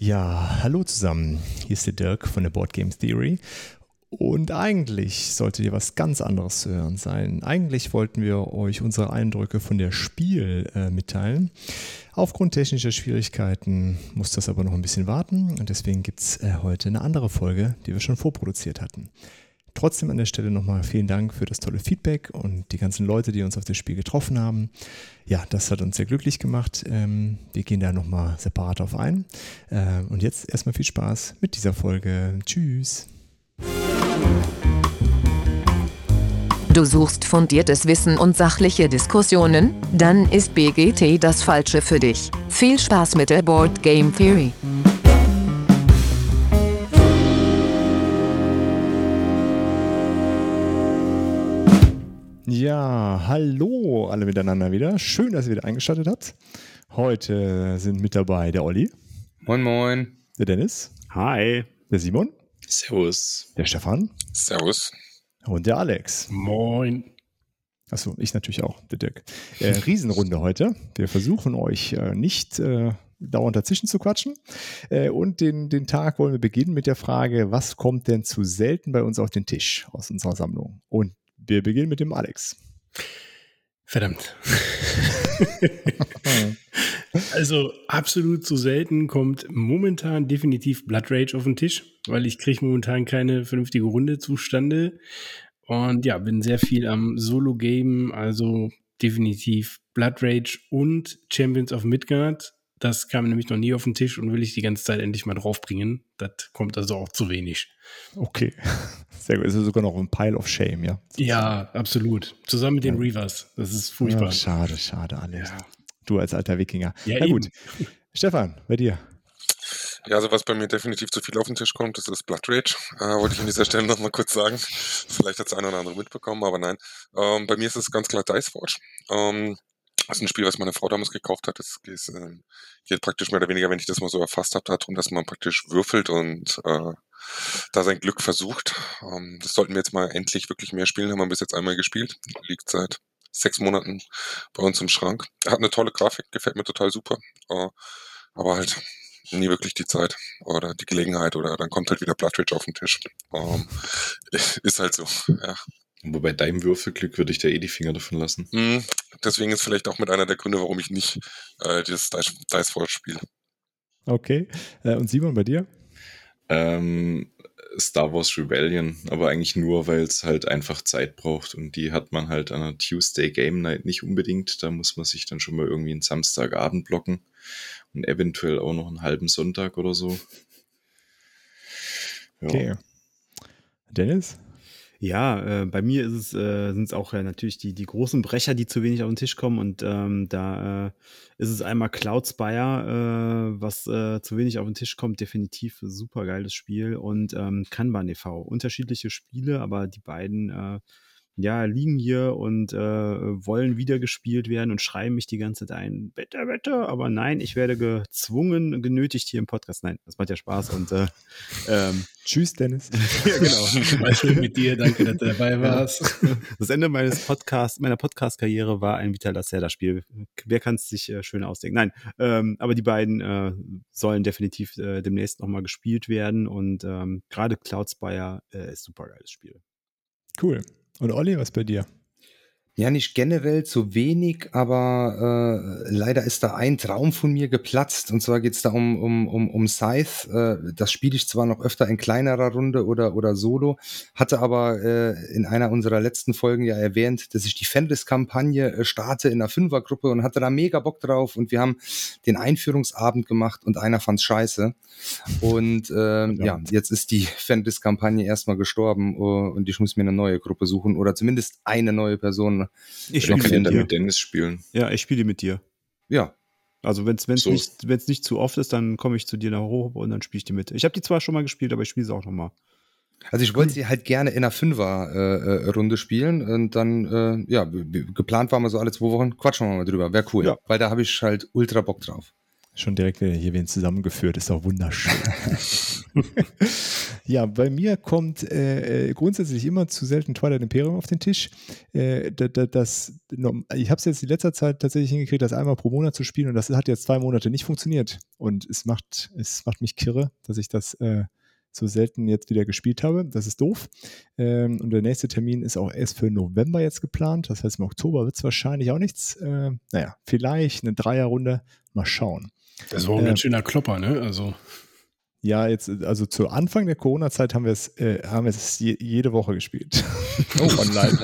Ja, hallo zusammen. Hier ist der Dirk von der Board Game Theory. Und eigentlich sollte dir was ganz anderes zu hören sein. Eigentlich wollten wir euch unsere Eindrücke von der Spiel mitteilen. Aufgrund technischer Schwierigkeiten muss das aber noch ein bisschen warten. Und deswegen gibt es heute eine andere Folge, die wir schon vorproduziert hatten. Trotzdem an der Stelle nochmal vielen Dank für das tolle Feedback und die ganzen Leute, die uns auf das Spiel getroffen haben. Ja, das hat uns sehr glücklich gemacht. Wir gehen da nochmal separat auf ein. Und jetzt erstmal viel Spaß mit dieser Folge. Tschüss. Du suchst fundiertes Wissen und sachliche Diskussionen? Dann ist BGT das Falsche für dich. Viel Spaß mit der Board Game Theory. Ja, hallo alle miteinander wieder. Schön, dass ihr wieder eingeschaltet habt. Heute sind mit dabei der Olli. Moin, moin. Der Dennis. Hi. Der Simon. Servus. Der Stefan. Servus. Und der Alex. Moin. Achso, ich natürlich auch, der Dirk. Riesenrunde heute. Wir versuchen euch nicht dauernd dazwischen zu quatschen. Und den Tag wollen wir beginnen mit der Frage, was kommt denn zu selten bei uns auf den Tisch aus unserer Sammlung? Und wir beginnen mit dem Alex. Verdammt. Also absolut zu selten kommt momentan definitiv Blood Rage auf den Tisch, weil ich kriege momentan keine vernünftige Runde zustande. Und ja, bin sehr viel am Solo-Game, also definitiv Blood Rage und Champions of Midgard. Das kam nämlich noch nie auf den Tisch und will ich die ganze Zeit endlich mal draufbringen. Das kommt also auch zu wenig. Okay, sehr gut. Ist sogar noch ein Pile of Shame, ja? Ja, absolut. Zusammen mit den Reavers. Das ist furchtbar. Ja, schade, Alex. Ja. Du als alter Wikinger. Ja, na gut. Stefan, bei dir? Ja, also was bei mir definitiv zu viel auf den Tisch kommt, das ist Blood Rage. Wollte ich an dieser Stelle nochmal kurz sagen. Vielleicht hat es einer oder andere mitbekommen, aber nein. Bei mir ist es ganz klar Dice Forge. Das ist ein Spiel, was meine Frau damals gekauft hat. Das geht praktisch mehr oder weniger, wenn ich das mal so erfasst habe, darum, dass man praktisch würfelt und da sein Glück versucht. Das sollten wir jetzt mal endlich wirklich mehr spielen. Haben wir bis jetzt einmal gespielt. Liegt seit 6 Monaten bei uns im Schrank. Er hat eine tolle Grafik, gefällt mir total super. Aber halt nie wirklich die Zeit oder die Gelegenheit oder dann kommt halt wieder Blood Rage auf den Tisch. Ist halt so, ja. Aber bei deinem Würfelglück würde ich da die Finger davon lassen. Deswegen ist vielleicht auch mit einer der Gründe, warum ich nicht dieses Dice Forge spiele. Okay. Und Simon, bei dir? Star Wars Rebellion, aber eigentlich nur, weil es halt einfach Zeit braucht und die hat man halt an einer Tuesday Game Night nicht unbedingt. Da muss man sich dann schon mal irgendwie einen Samstagabend blocken und eventuell auch noch einen halben Sonntag oder so. Ja. Okay. Dennis? Ja, bei mir sind es auch natürlich die großen Brecher, die zu wenig auf den Tisch kommen und da ist es einmal Cloudspire, was zu wenig auf den Tisch kommt, definitiv ein super geiles Spiel und Kanban e.V. Unterschiedliche Spiele, aber die beiden liegen hier und wollen wieder gespielt werden und schreiben mich die ganze Zeit ein, bitte, aber nein, ich werde genötigt hier im Podcast. Nein, das macht ja Spaß und tschüss, Dennis. Ja, genau. War schön mit dir, danke, dass du dabei warst. Das Ende meiner Podcast-Karriere war ein Vital Lacerda-Spiel. Wer kann es sich schön ausdenken? Nein, aber die beiden sollen definitiv demnächst nochmal gespielt werden und gerade Cloudspire ist super geiles Spiel. Cool. Und Olli, was bei dir? Ja, nicht generell zu wenig, aber leider ist da ein Traum von mir geplatzt. Und zwar geht's da um Scythe. Das spiele ich zwar noch öfter in kleinerer Runde oder solo, hatte aber in einer unserer letzten Folgen ja erwähnt, dass ich die Fenris-Kampagne starte in einer Fünfergruppe und hatte da mega Bock drauf. Und wir haben den Einführungsabend gemacht und einer fand's scheiße. Und jetzt ist die Fenris-Kampagne erstmal gestorben und ich muss mir eine neue Gruppe suchen oder zumindest eine neue Person. Ich spiele mit Dennis spielen. Ja, ich spiele mit dir. Ja. Also wenn es nicht zu oft ist, dann komme ich zu dir nach hoch und dann spiele ich die mit. Ich habe die zwar schon mal gespielt, aber ich spiele sie auch noch mal. Also ich wollte sie halt gerne in einer Fünfer-Runde spielen und dann, geplant waren wir so alle 2 Wochen, quatschen wir mal drüber, wäre cool. Ja. Weil da habe ich halt ultra Bock drauf. Schon direkt wieder hier wen zusammengeführt, ist doch wunderschön. Ja, bei mir kommt grundsätzlich immer zu selten Twilight Imperium auf den Tisch. Ich habe es jetzt in letzter Zeit tatsächlich hingekriegt, das einmal pro Monat zu spielen und das hat jetzt 2 Monate nicht funktioniert. Und es macht mich kirre, dass ich das so selten jetzt wieder gespielt habe. Das ist doof. Und der nächste Termin ist auch erst für November jetzt geplant. Das heißt, im Oktober wird es wahrscheinlich auch nichts. Vielleicht eine Dreierrunde. Mal schauen. Das war ein ganz schöner Klopper, ne? Also. Ja, also zu Anfang der Corona-Zeit haben wir es jede Woche gespielt. Oh, online.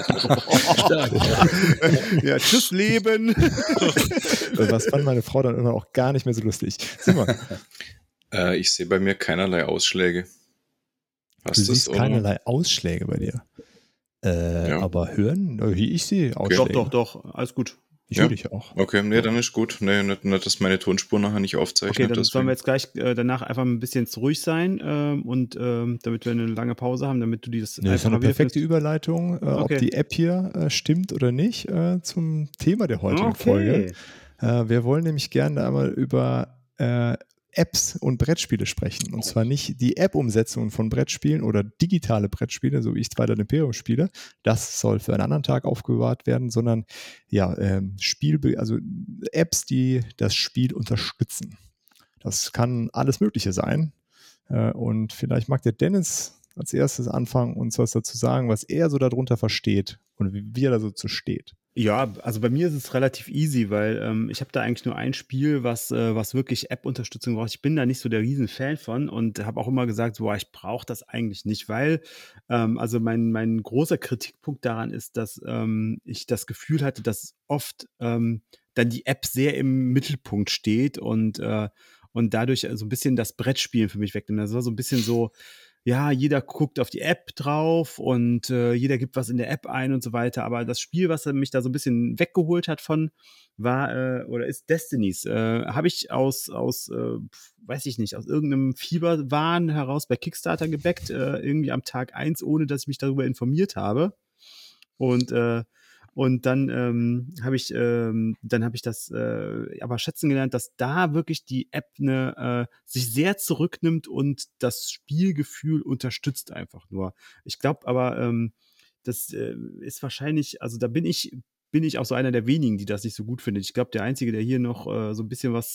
Ja, tschüss Leben. Das fand meine Frau dann immer auch gar nicht mehr so lustig. Simon. Ich sehe bei mir keinerlei Ausschläge. Du siehst keinerlei Ausschläge bei dir. Ja. Aber hören? Ich sehe Ausschläge. Doch. Alles gut. Ich höre dich auch. Okay, nee, dann ist gut. Nee, nicht, dass meine Tonspur nachher nicht aufzeichnet. Okay, dann sollen wir jetzt gleich danach einfach ein bisschen ruhig sein und damit wir eine lange Pause haben, damit du dieses das ist eine perfekte Überleitung, okay. Ob die App hier stimmt oder nicht, zum Thema der heutigen Folge. Wir wollen nämlich gerne einmal über Apps und Brettspiele sprechen. Und zwar nicht die App-Umsetzung von Brettspielen oder digitale Brettspiele, so wie ich Twilight Imperium spiele. Das soll für einen anderen Tag aufbewahrt werden, sondern also Apps, die das Spiel unterstützen. Das kann alles Mögliche sein. Und vielleicht mag der Dennis als erstes anfangen, uns was dazu sagen, was er so darunter versteht und wie er da so zu steht. Ja, also bei mir ist es relativ easy, weil ich habe da eigentlich nur ein Spiel, was wirklich App-Unterstützung braucht. Ich bin da nicht so der Riesen-Fan von und habe auch immer gesagt, ich brauche das eigentlich nicht, weil also mein großer Kritikpunkt daran ist, dass ich das Gefühl hatte, dass oft dann die App sehr im Mittelpunkt steht und dadurch so ein bisschen das Brettspielen für mich wegnimmt. Das war so ein bisschen so, ja, jeder guckt auf die App drauf und jeder gibt was in der App ein und so weiter. Aber das Spiel, was mich da so ein bisschen weggeholt hat ist Destinies. Habe ich weiß ich nicht, aus irgendeinem Fieberwahn heraus bei Kickstarter gebackt, irgendwie am Tag 1, ohne dass ich mich darüber informiert habe. Und dann habe ich das aber schätzen gelernt, dass da wirklich die App sich sehr zurücknimmt und das Spielgefühl unterstützt einfach nur. Ich glaube aber, das ist wahrscheinlich, also da bin ich auch so einer der wenigen, die das nicht so gut findet. Ich glaube, der Einzige, der hier noch so ein bisschen was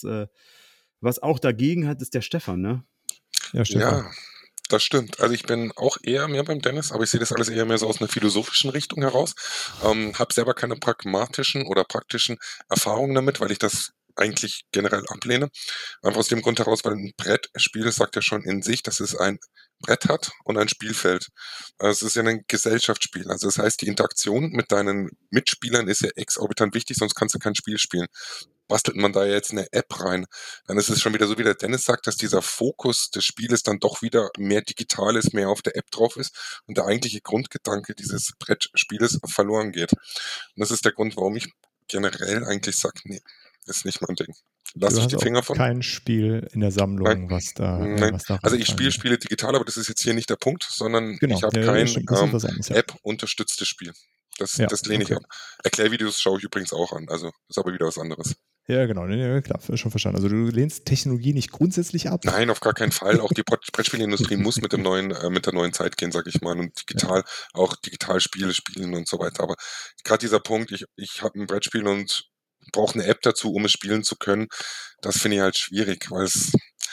auch dagegen hat, ist der Stefan, ne? Ja, Stefan. Ja, das stimmt. Also ich bin auch eher mehr beim Dennis, aber ich sehe das alles eher mehr so aus einer philosophischen Richtung heraus. Habe selber keine pragmatischen oder praktischen Erfahrungen damit, weil ich das eigentlich generell ablehne. Einfach aus dem Grund heraus, weil ein Brettspiel, das sagt ja schon in sich, dass es ein Brett hat und ein Spielfeld. Es ist ja ein Gesellschaftsspiel. Also das heißt, die Interaktion mit deinen Mitspielern ist ja exorbitant wichtig, sonst kannst du kein Spiel spielen. Bastelt man da jetzt eine App rein, dann ist es schon wieder so, wie der Dennis sagt, dass dieser Fokus des Spieles dann doch wieder mehr digital ist, mehr auf der App drauf ist und der eigentliche Grundgedanke dieses Brettspieles verloren geht. Und das ist der Grund, warum ich generell eigentlich sage, nee, ist nicht mein Ding. Lass ich die Finger von. Kein Spiel in der Sammlung, Nein. was da Also ich spiele digital, aber das ist jetzt hier nicht der Punkt, sondern genau. Ich habe kein App-unterstütztes Spiel. Das lehne ich ab. Erklärvideos schaue ich übrigens auch an, also das ist aber wieder was anderes. Ja, genau, klar, schon verstanden. Also du lehnst Technologie nicht grundsätzlich ab? Nein, auf gar keinen Fall. Auch die Brettspielindustrie muss mit der neuen Zeit gehen, sag ich mal, und auch digital Spiele spielen und so weiter. Aber gerade dieser Punkt, ich habe ein Brettspiel und brauche eine App dazu, um es spielen zu können, das finde ich halt schwierig, weil es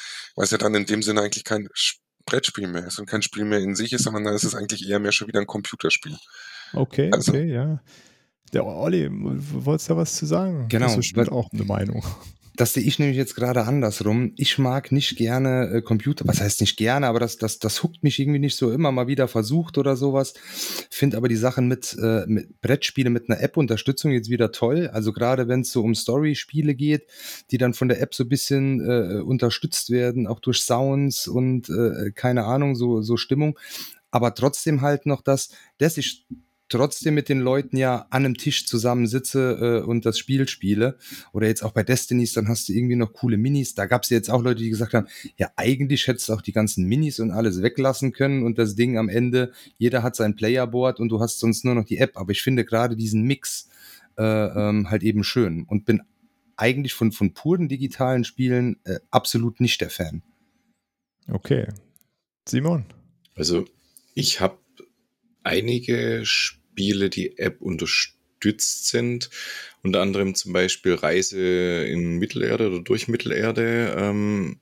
ja dann in dem Sinne eigentlich kein Brettspiel mehr ist und kein Spiel mehr in sich ist, sondern dann ist es eigentlich eher mehr schon wieder ein Computerspiel. Okay, ja. Der Olli, wolltest du da was zu sagen? Genau. Das ist bestimmt auch eine Meinung. Das sehe ich nämlich jetzt gerade andersrum. Ich mag nicht gerne Computer, was heißt nicht gerne, aber das huckt mich irgendwie nicht so, immer mal wieder versucht oder sowas. Finde aber die Sachen mit Brettspiele mit einer App-Unterstützung jetzt wieder toll. Also gerade wenn es so um Story-Spiele geht, die dann von der App so ein bisschen unterstützt werden, auch durch Sounds und keine Ahnung, so Stimmung. Aber trotzdem halt noch dass ich trotzdem mit den Leuten ja an einem Tisch zusammensitze und das Spiel spiele. Oder jetzt auch bei Destinies, dann hast du irgendwie noch coole Minis. Da gab es jetzt auch Leute, die gesagt haben, ja, eigentlich hättest du auch die ganzen Minis und alles weglassen können und das Ding am Ende, jeder hat sein Playerboard und du hast sonst nur noch die App. Aber ich finde gerade diesen Mix halt eben schön und bin eigentlich von puren digitalen Spielen absolut nicht der Fan. Okay. Simon? Also ich habe einige Spiele, die App unterstützt sind, unter anderem zum Beispiel Reise in Mittelerde oder durch Mittelerde.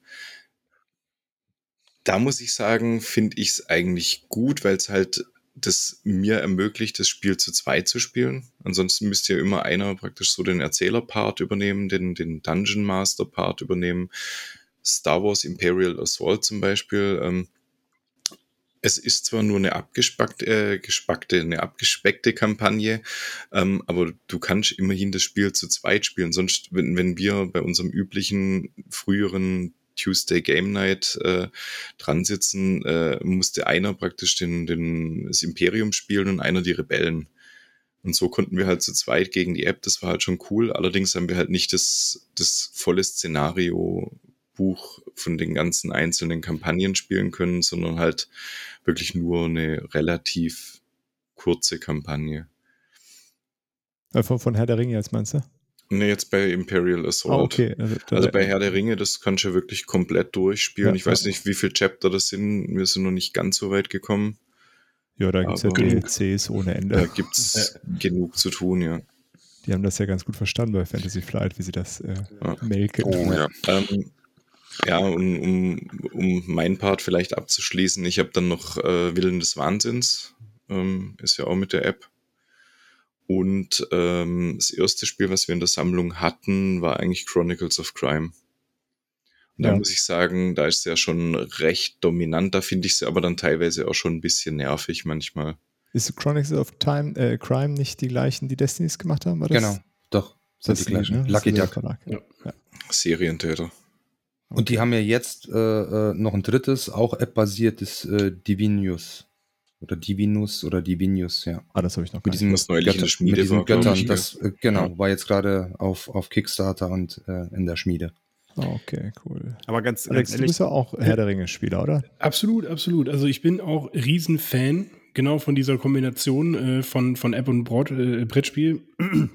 Da muss ich sagen, finde ich es eigentlich gut, weil es halt das mir ermöglicht, das Spiel zu zweit zu spielen. Ansonsten müsste ja immer einer praktisch so den Erzähler-Part übernehmen, den Dungeon Master-Part übernehmen. Star Wars Imperial Assault zum Beispiel. Es ist zwar nur eine abgespeckte Kampagne, aber du kannst immerhin das Spiel zu zweit spielen. Sonst, wenn wir bei unserem üblichen früheren Tuesday Game Night dran sitzen, musste einer praktisch das Imperium spielen und einer die Rebellen. Und so konnten wir halt zu zweit gegen die App, das war halt schon cool. Allerdings haben wir halt nicht das volle Szenario-Buch von den ganzen einzelnen Kampagnen spielen können, sondern halt wirklich nur eine relativ kurze Kampagne. Von Herr der Ringe jetzt, meinst du? Ne, jetzt bei Imperial Assault. Okay. Also bei Herr der Ringe, das kannst du ja wirklich komplett durchspielen. Ich weiß nicht, wie viele Chapter das sind. Wir sind noch nicht ganz so weit gekommen. Ja, da gibt es ja DLCs ohne Ende. Da gibt es genug zu tun, ja. Die haben das ja ganz gut verstanden bei Fantasy Flight, wie sie das melken. Oh ja. Ja, um meinen Part vielleicht abzuschließen, ich habe dann noch Willen des Wahnsinns, ist ja auch mit der App. Und das erste Spiel, was wir in der Sammlung hatten, war eigentlich Chronicles of Crime. Und da muss ich sagen, da ist sie ja schon recht dominant, da finde ich sie aber dann teilweise auch schon ein bisschen nervig manchmal. Ist Chronicles of Crime nicht die gleichen, die Destinies gemacht haben? War das? Genau, doch, sind die gleichen. Ne? Lucky Duck. Ja. Serientäter. Und die haben ja jetzt noch ein drittes, auch App-basiertes Divinius. Oder Divinius, ja. Das habe ich noch mit diesem was neulich in der Schmiede mit diesen war, Göttern. ich, Das war jetzt gerade auf Kickstarter und in der Schmiede. Okay, cool. Aber ganz Alex, ehrlich, du bist ja auch Herr der Ringe-Spieler, oder? Absolut, absolut. Also ich bin auch Riesenfan genau von dieser Kombination von App und Brettspiel.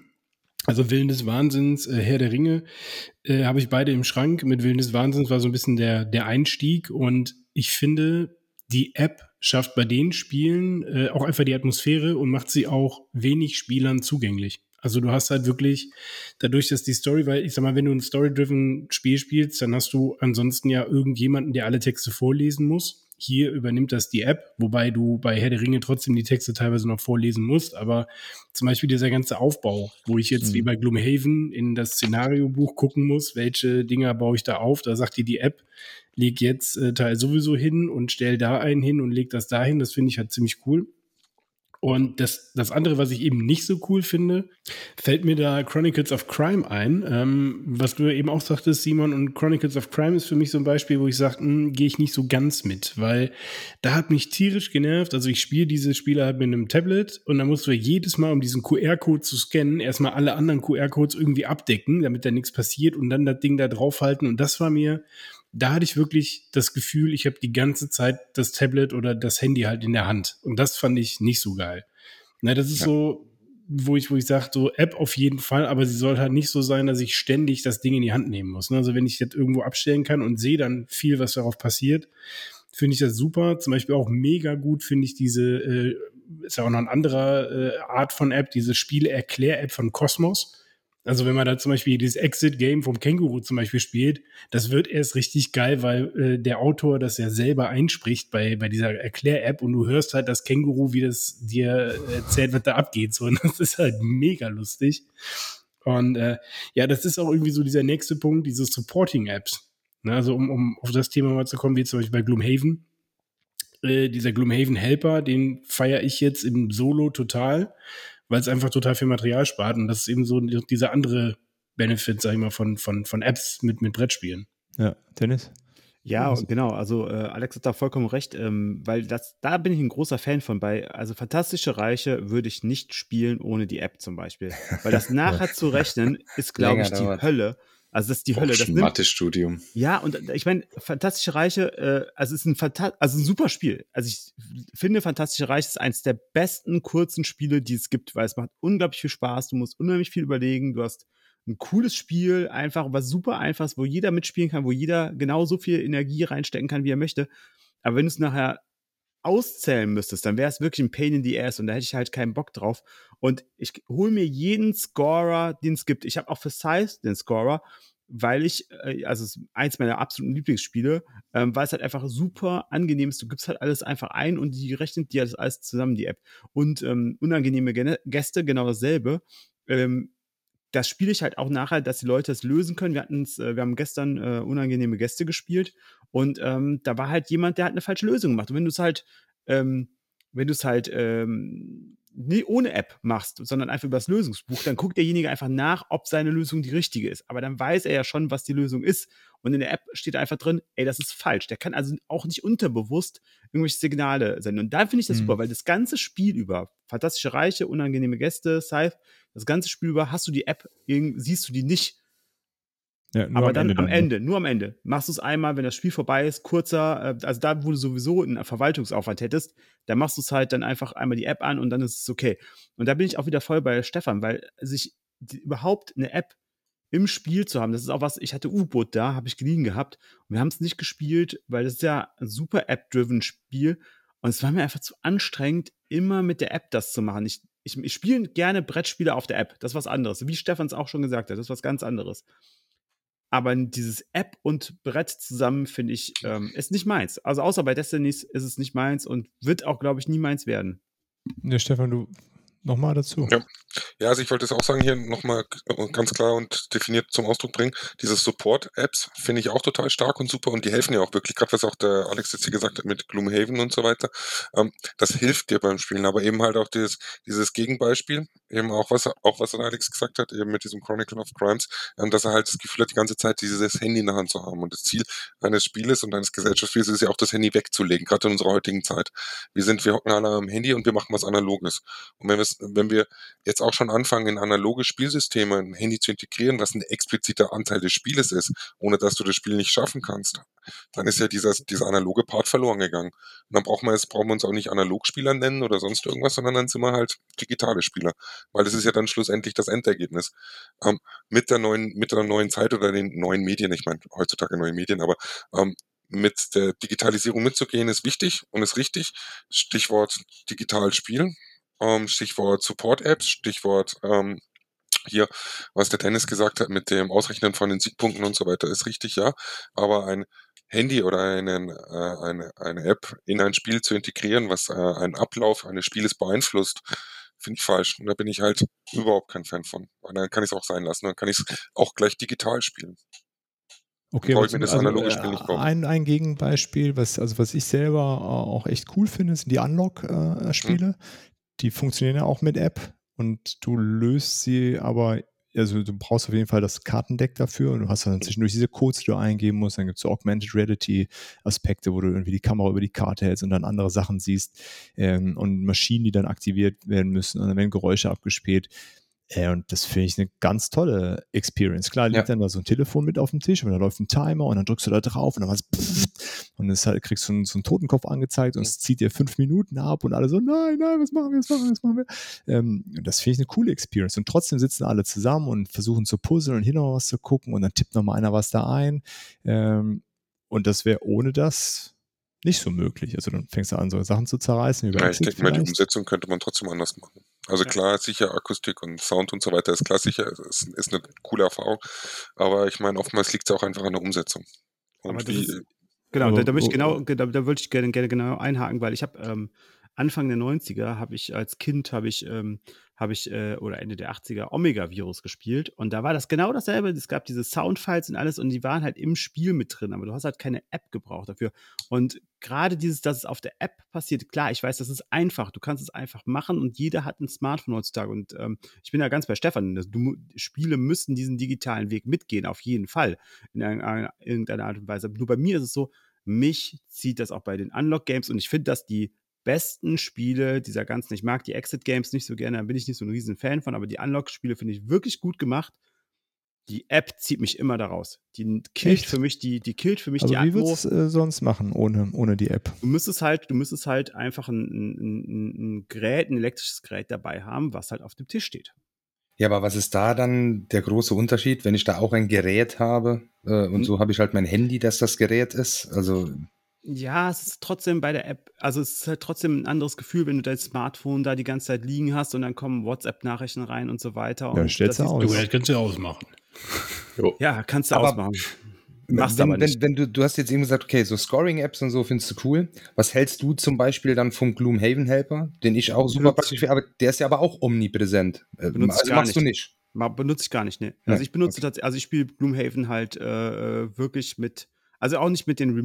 Also Willen des Wahnsinns, Herr der Ringe, habe ich beide im Schrank. Mit Willen des Wahnsinns war so ein bisschen der Einstieg. Und ich finde, die App schafft bei den Spielen auch einfach die Atmosphäre und macht sie auch wenig Spielern zugänglich. Also du hast halt wirklich, dadurch, dass die Story, weil ich sag mal, wenn du ein Story-driven Spiel spielst, dann hast du ansonsten ja irgendjemanden, der alle Texte vorlesen muss. Hier übernimmt das die App, wobei du bei Herr der Ringe trotzdem die Texte teilweise noch vorlesen musst. Aber zum Beispiel dieser ganze Aufbau, wo ich jetzt wie bei Gloomhaven in das Szenariobuch gucken muss, welche Dinger baue ich da auf, da sagt dir die App, leg jetzt Teil sowieso hin und stell da einen hin und leg das dahin. Das finde ich halt ziemlich cool. Und das andere, was ich eben nicht so cool finde, fällt mir da Chronicles of Crime ein, was du ja eben auch sagtest, Simon, und Chronicles of Crime ist für mich so ein Beispiel, wo ich sage, gehe ich nicht so ganz mit, weil da hat mich tierisch genervt, also ich spiele diese Spiele halt mit einem Tablet und dann musst du jedes Mal, um diesen QR-Code zu scannen, erstmal alle anderen QR-Codes irgendwie abdecken, damit da nichts passiert und dann das Ding da draufhalten und das war mir... Da hatte ich wirklich das Gefühl, ich habe die ganze Zeit das Tablet oder das Handy halt in der Hand. Und das fand ich nicht so geil. Na, das ist so, wo ich sage, so App auf jeden Fall, aber sie soll halt nicht so sein, dass ich ständig das Ding in die Hand nehmen muss. Also wenn ich das irgendwo abstellen kann und sehe dann viel, was darauf passiert, finde ich das super. Zum Beispiel auch mega gut finde ich diese, ist ja auch noch eine andere Art von App, diese Spiele-Erklär-App von Cosmos. Also wenn man da zum Beispiel dieses Exit-Game vom Känguru zum Beispiel spielt, das wird erst richtig geil, weil der Autor das ja selber einspricht bei dieser Erklär-App und du hörst halt das Känguru, wie das dir erzählt, was da abgeht. So, und das ist halt mega lustig. Und das ist auch irgendwie so dieser nächste Punkt, diese Supporting-Apps. Ne, also um auf das Thema mal zu kommen, wie zum Beispiel bei Gloomhaven. Dieser Gloomhaven-Helper, den feiere ich jetzt im Solo total, weil es einfach total viel Material spart und das ist eben so dieser andere Benefit, sag ich mal, von Apps mit Brettspielen. Ja, Dennis? Ja, genau. Also Alex hat da vollkommen recht, weil da bin ich ein großer Fan von. Also Fantastische Reiche würde ich nicht spielen ohne die App zum Beispiel. Weil das nachher zu rechnen ist, glaube ich, die Hölle. Also das ist die Hölle. Das Mathe-Studium. Ja, und ich meine, Fantastische Reiche, also ist ein super Spiel. Also ich finde, Fantastische Reiche ist eines der besten kurzen Spiele, die es gibt, weil es macht unglaublich viel Spaß. Du musst unheimlich viel überlegen. Du hast ein cooles Spiel, einfach, was super einfach ist, wo jeder mitspielen kann, wo jeder genauso viel Energie reinstecken kann, wie er möchte. Aber wenn du es nachher auszählen müsstest, dann wäre es wirklich ein Pain in the Ass und da hätte ich halt keinen Bock drauf. Und ich hole mir jeden Scorer, den es gibt. Ich habe auch für Scythe den Scorer, weil ich, also es ist eins meiner absoluten Lieblingsspiele, weil es halt einfach super angenehm ist. Du gibst halt alles einfach ein und die rechnet dir das alles zusammen, die App. Und unangenehme Gäste, genau dasselbe. Das spiele ich halt auch nachher, dass die Leute es lösen können. Wir haben gestern unangenehme Gäste gespielt und da war halt jemand, der hat eine falsche Lösung gemacht. Und wenn du es halt, nie ohne App machst, sondern einfach über das Lösungsbuch, dann guckt derjenige einfach nach, ob seine Lösung die richtige ist. Aber dann weiß er ja schon, was die Lösung ist. Und in der App steht einfach drin, ey, das ist falsch. Der kann also auch nicht unterbewusst irgendwelche Signale senden. Und da finde ich das super, weil das ganze Spiel über, Fantastische Reiche, unangenehme Gäste, Scythe, das ganze Spiel über hast du die App, siehst du die nicht. Ja, aber dann am Ende, nur am Ende, machst du es einmal, wenn das Spiel vorbei ist, kurzer, also da, wo du sowieso einen Verwaltungsaufwand hättest, da machst du es halt dann einfach einmal die App an und dann ist es okay. Und da bin ich auch wieder voll bei Stefan, weil sich überhaupt eine App im Spiel zu haben, das ist auch was, ich hatte U-Boot da, habe ich geliehen gehabt und wir haben es nicht gespielt, weil das ist ja ein super App-driven Spiel und es war mir einfach zu anstrengend, immer mit der App das zu machen. Ich spiele gerne Brettspiele auf der App, das ist was anderes, wie Stefan es auch schon gesagt hat, das ist was ganz anderes. Aber dieses App und Brett zusammen, finde ich, ist nicht meins. Also außer bei Destiny ist es nicht meins und wird auch, glaube ich, nie meins werden. Ja, Stefan, du nochmal dazu. Ja, also ich wollte es auch sagen, hier nochmal ganz klar und definiert zum Ausdruck bringen. Diese Support-Apps finde ich auch total stark und super und die helfen ja auch wirklich, gerade was auch der Alex jetzt hier gesagt hat mit Gloomhaven und so weiter. Das hilft dir beim Spielen, aber eben halt auch dieses Gegenbeispiel, eben auch was der Alex gesagt hat, eben mit diesem Chronicle of Crimes, dass er halt das Gefühl hat, die ganze Zeit dieses Handy in der Hand zu haben. Und das Ziel eines Spieles und eines Gesellschaftsspiels ist ja auch, das Handy wegzulegen, gerade in unserer heutigen Zeit. Wir hocken alle am Handy und wir machen was Analoges. Und wenn wir jetzt auch schon anfangen, in analoge Spielsysteme ein Handy zu integrieren, was ein expliziter Anteil des Spieles ist, ohne dass du das Spiel nicht schaffen kannst, dann ist ja dieser analoge Part verloren gegangen. Und dann brauchen wir uns auch nicht Analogspieler nennen oder sonst irgendwas, sondern dann sind wir halt digitale Spieler. Weil das ist ja dann schlussendlich das Endergebnis. Mit der neuen Zeit oder den neuen Medien, ich meine heutzutage neue Medien, aber mit der Digitalisierung mitzugehen ist wichtig und ist richtig. Stichwort digital spielen. Stichwort Support-Apps, Stichwort hier, was der Dennis gesagt hat mit dem Ausrechnen von den Siegpunkten und so weiter, ist richtig, ja. Aber ein Handy oder eine App in ein Spiel zu integrieren, was einen Ablauf eines Spieles beeinflusst, finde ich falsch. Und da bin ich halt überhaupt kein Fan von. Weil dann kann ich es auch sein lassen, dann kann ich es auch gleich digital spielen. Okay, brauche ich mir das analoge Spiel nicht kaufen. Ein Gegenbeispiel, was ich selber auch echt cool finde, sind die Unlock-Spiele. Die funktionieren ja auch mit App und du löst sie aber, also du brauchst auf jeden Fall das Kartendeck dafür und du hast dann zwischendurch diese Codes, die du eingeben musst. Dann gibt es so Augmented Reality Aspekte, wo du irgendwie die Kamera über die Karte hältst und dann andere Sachen siehst und Maschinen, die dann aktiviert werden müssen und dann werden Geräusche abgespielt. Und das finde ich eine ganz tolle Experience. Klar, liegt dann da so ein Telefon mit auf dem Tisch und da läuft ein Timer und dann drückst du da drauf und dann was und dann kriegst du so einen Totenkopf angezeigt und es zieht dir 5 Minuten ab und alle so, nein, was machen wir? Das finde ich eine coole Experience. Und trotzdem sitzen alle zusammen und versuchen zu puzzeln und hier noch was zu gucken und dann tippt noch mal einer was da ein. Und das wäre ohne das nicht so möglich. Also dann fängst du an, so Sachen zu zerreißen. Ja, ich denke mal, die Umsetzung könnte man trotzdem anders machen. Also klar, sicher Akustik und Sound und so weiter ist klar, sicher, ist eine coole Erfahrung. Aber ich meine, oftmals liegt es auch einfach an der Umsetzung. Und da wollte ich gerne genau einhaken, weil ich habe Anfang der 90er als Kind oder Ende der 80er Omega-Virus gespielt und da war das genau dasselbe. Es gab diese Soundfiles und alles und die waren halt im Spiel mit drin, aber du hast halt keine App gebraucht dafür. Und gerade dass es auf der App passiert, klar, ich weiß, das ist einfach. Du kannst es einfach machen und jeder hat ein Smartphone heutzutage und ich bin da ganz bei Stefan. Spiele müssen diesen digitalen Weg mitgehen, auf jeden Fall, in irgendeiner Art und Weise. Nur bei mir ist es so, mich zieht das auch bei den Unlock-Games und ich finde, dass die besten Spiele dieser ganzen, ich mag die Exit-Games nicht so gerne, da bin ich nicht so ein riesen Fan von, aber die Unlock-Spiele finde ich wirklich gut gemacht. Die App zieht mich immer da raus. Die killt für mich die also wie würdest du es sonst machen ohne die App? Du müsstest halt einfach ein elektrisches Gerät dabei haben, was halt auf dem Tisch steht. Ja, aber was ist da dann der große Unterschied, wenn ich da auch ein Gerät habe und so habe ich halt mein Handy, dass das Gerät ist? Also, Ja, es ist trotzdem bei der App, also es ist halt trotzdem ein anderes Gefühl, wenn du dein Smartphone da die ganze Zeit liegen hast und dann kommen WhatsApp-Nachrichten rein und so weiter Ja, und stellst das du siehst aus. Du, du. das kannst du ja ausmachen. Jo. Ja, kannst du Aber ausmachen. Machst aber nicht. wenn du hast jetzt eben gesagt, okay, so Scoring-Apps und so findest du cool. Was hältst du zum Beispiel dann vom Gloomhaven Helper, den ich auch super praktisch finde, aber der ist ja aber auch omnipräsent. Benutze ich Also gar machst du nicht. nicht. Benutze ich gar nicht, ne. Ja, Also ich benutze okay. tatsächlich, also ich spiele Gloomhaven halt wirklich mit, also auch nicht mit den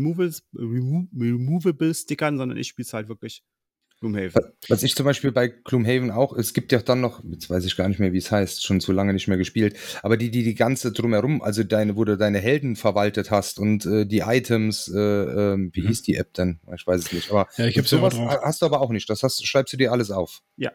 Removable-Stickern, sondern ich spiele es halt wirklich Gloomhaven. Was ich zum Beispiel bei Gloomhaven auch, es gibt ja dann noch, jetzt weiß ich gar nicht mehr, wie es heißt, schon zu lange nicht mehr gespielt, aber die ganze drumherum, also wo du deine Helden verwaltet hast und die Items, wie hieß die App denn? Ich weiß es nicht, aber Ja, ich hab's ja auch sowas drauf. hast du aber auch nicht, schreibst du dir alles auf. Ja.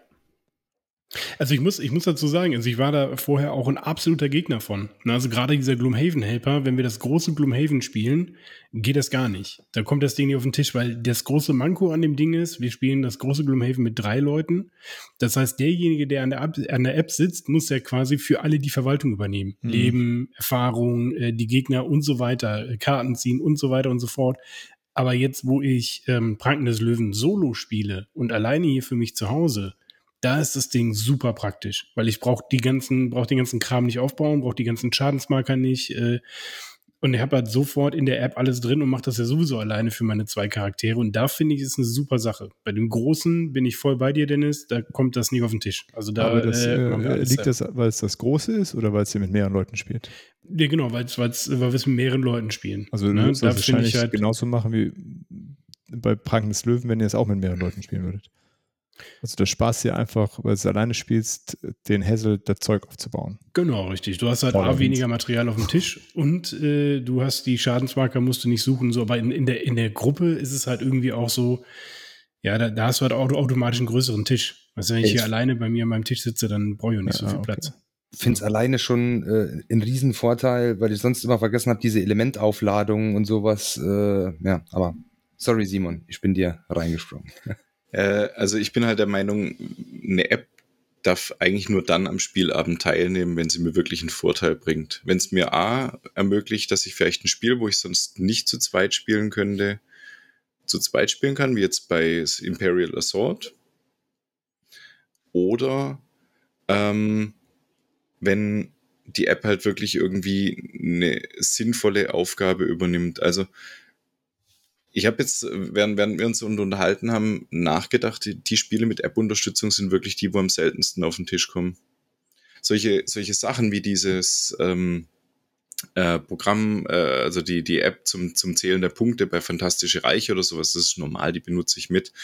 Also ich muss dazu sagen, also ich war da vorher auch ein absoluter Gegner von. Also gerade dieser Gloomhaven-Helper, wenn wir das große Gloomhaven spielen, geht das gar nicht. Da kommt das Ding nicht auf den Tisch, weil das große Manko an dem Ding ist, wir spielen das große Gloomhaven mit 3 Leuten. Das heißt, derjenige, der an der App sitzt, muss ja quasi für alle die Verwaltung übernehmen. Leben, Erfahrung, die Gegner und so weiter, Karten ziehen und so weiter und so fort. Aber jetzt, wo ich Pranken des Löwen solo spiele und alleine hier für mich zu Hause, da ist das Ding super praktisch, weil ich brauche den ganzen Kram nicht aufbauen, brauche die ganzen Schadensmarker nicht und ich habe halt sofort in der App alles drin und mache das ja sowieso alleine für meine 2 Charaktere und da finde ich, ist eine super Sache. Bei dem Großen bin ich voll bei dir, Dennis, da kommt das nicht auf den Tisch. Also da Aber das machen wir alles liegt selbst. das, weil es das Große ist oder weil es hier mit mehreren Leuten spielt? Ja, genau, weil wir es mit mehreren Leuten spielen. Also du Ne? würdest Da das finde wahrscheinlich ich halt, genauso machen wie bei Pranken des Löwen, wenn ihr es auch mit mehreren Leuten spielen würdet. Also der Spaß hier einfach, weil du es alleine spielst, den Hassel, das Zeug aufzubauen. genau, richtig. Du hast halt Oder weniger Material auf dem Tisch und du hast die Schadensmarker, musst du nicht suchen. So, aber in der Gruppe ist es halt irgendwie auch so, ja, da hast du halt automatisch einen größeren Tisch. Also wenn ich hier alleine bei mir an meinem Tisch sitze, dann brauche ich auch nicht so viel Platz. Ich finde es alleine schon ein Riesenvorteil, weil ich sonst immer vergessen habe, diese Elementaufladungen und sowas. Ja, aber sorry Simon, ich bin dir reingesprungen. Also ich bin halt der Meinung, eine App darf eigentlich nur dann am Spielabend teilnehmen, wenn sie mir wirklich einen Vorteil bringt. Wenn es mir A ermöglicht, dass ich vielleicht ein Spiel, wo ich sonst nicht zu zweit spielen könnte, zu zweit spielen kann, wie jetzt bei Imperial Assault. Oder wenn die App halt wirklich irgendwie eine sinnvolle Aufgabe übernimmt. Also ich habe jetzt, während wir uns unterhalten haben, nachgedacht, die Spiele mit App-Unterstützung sind wirklich die, wo am seltensten auf den Tisch kommen. Solche Sachen wie dieses Programm, also die App zum Zählen der Punkte bei Fantastische Reiche oder sowas, das ist normal, die benutze ich mit.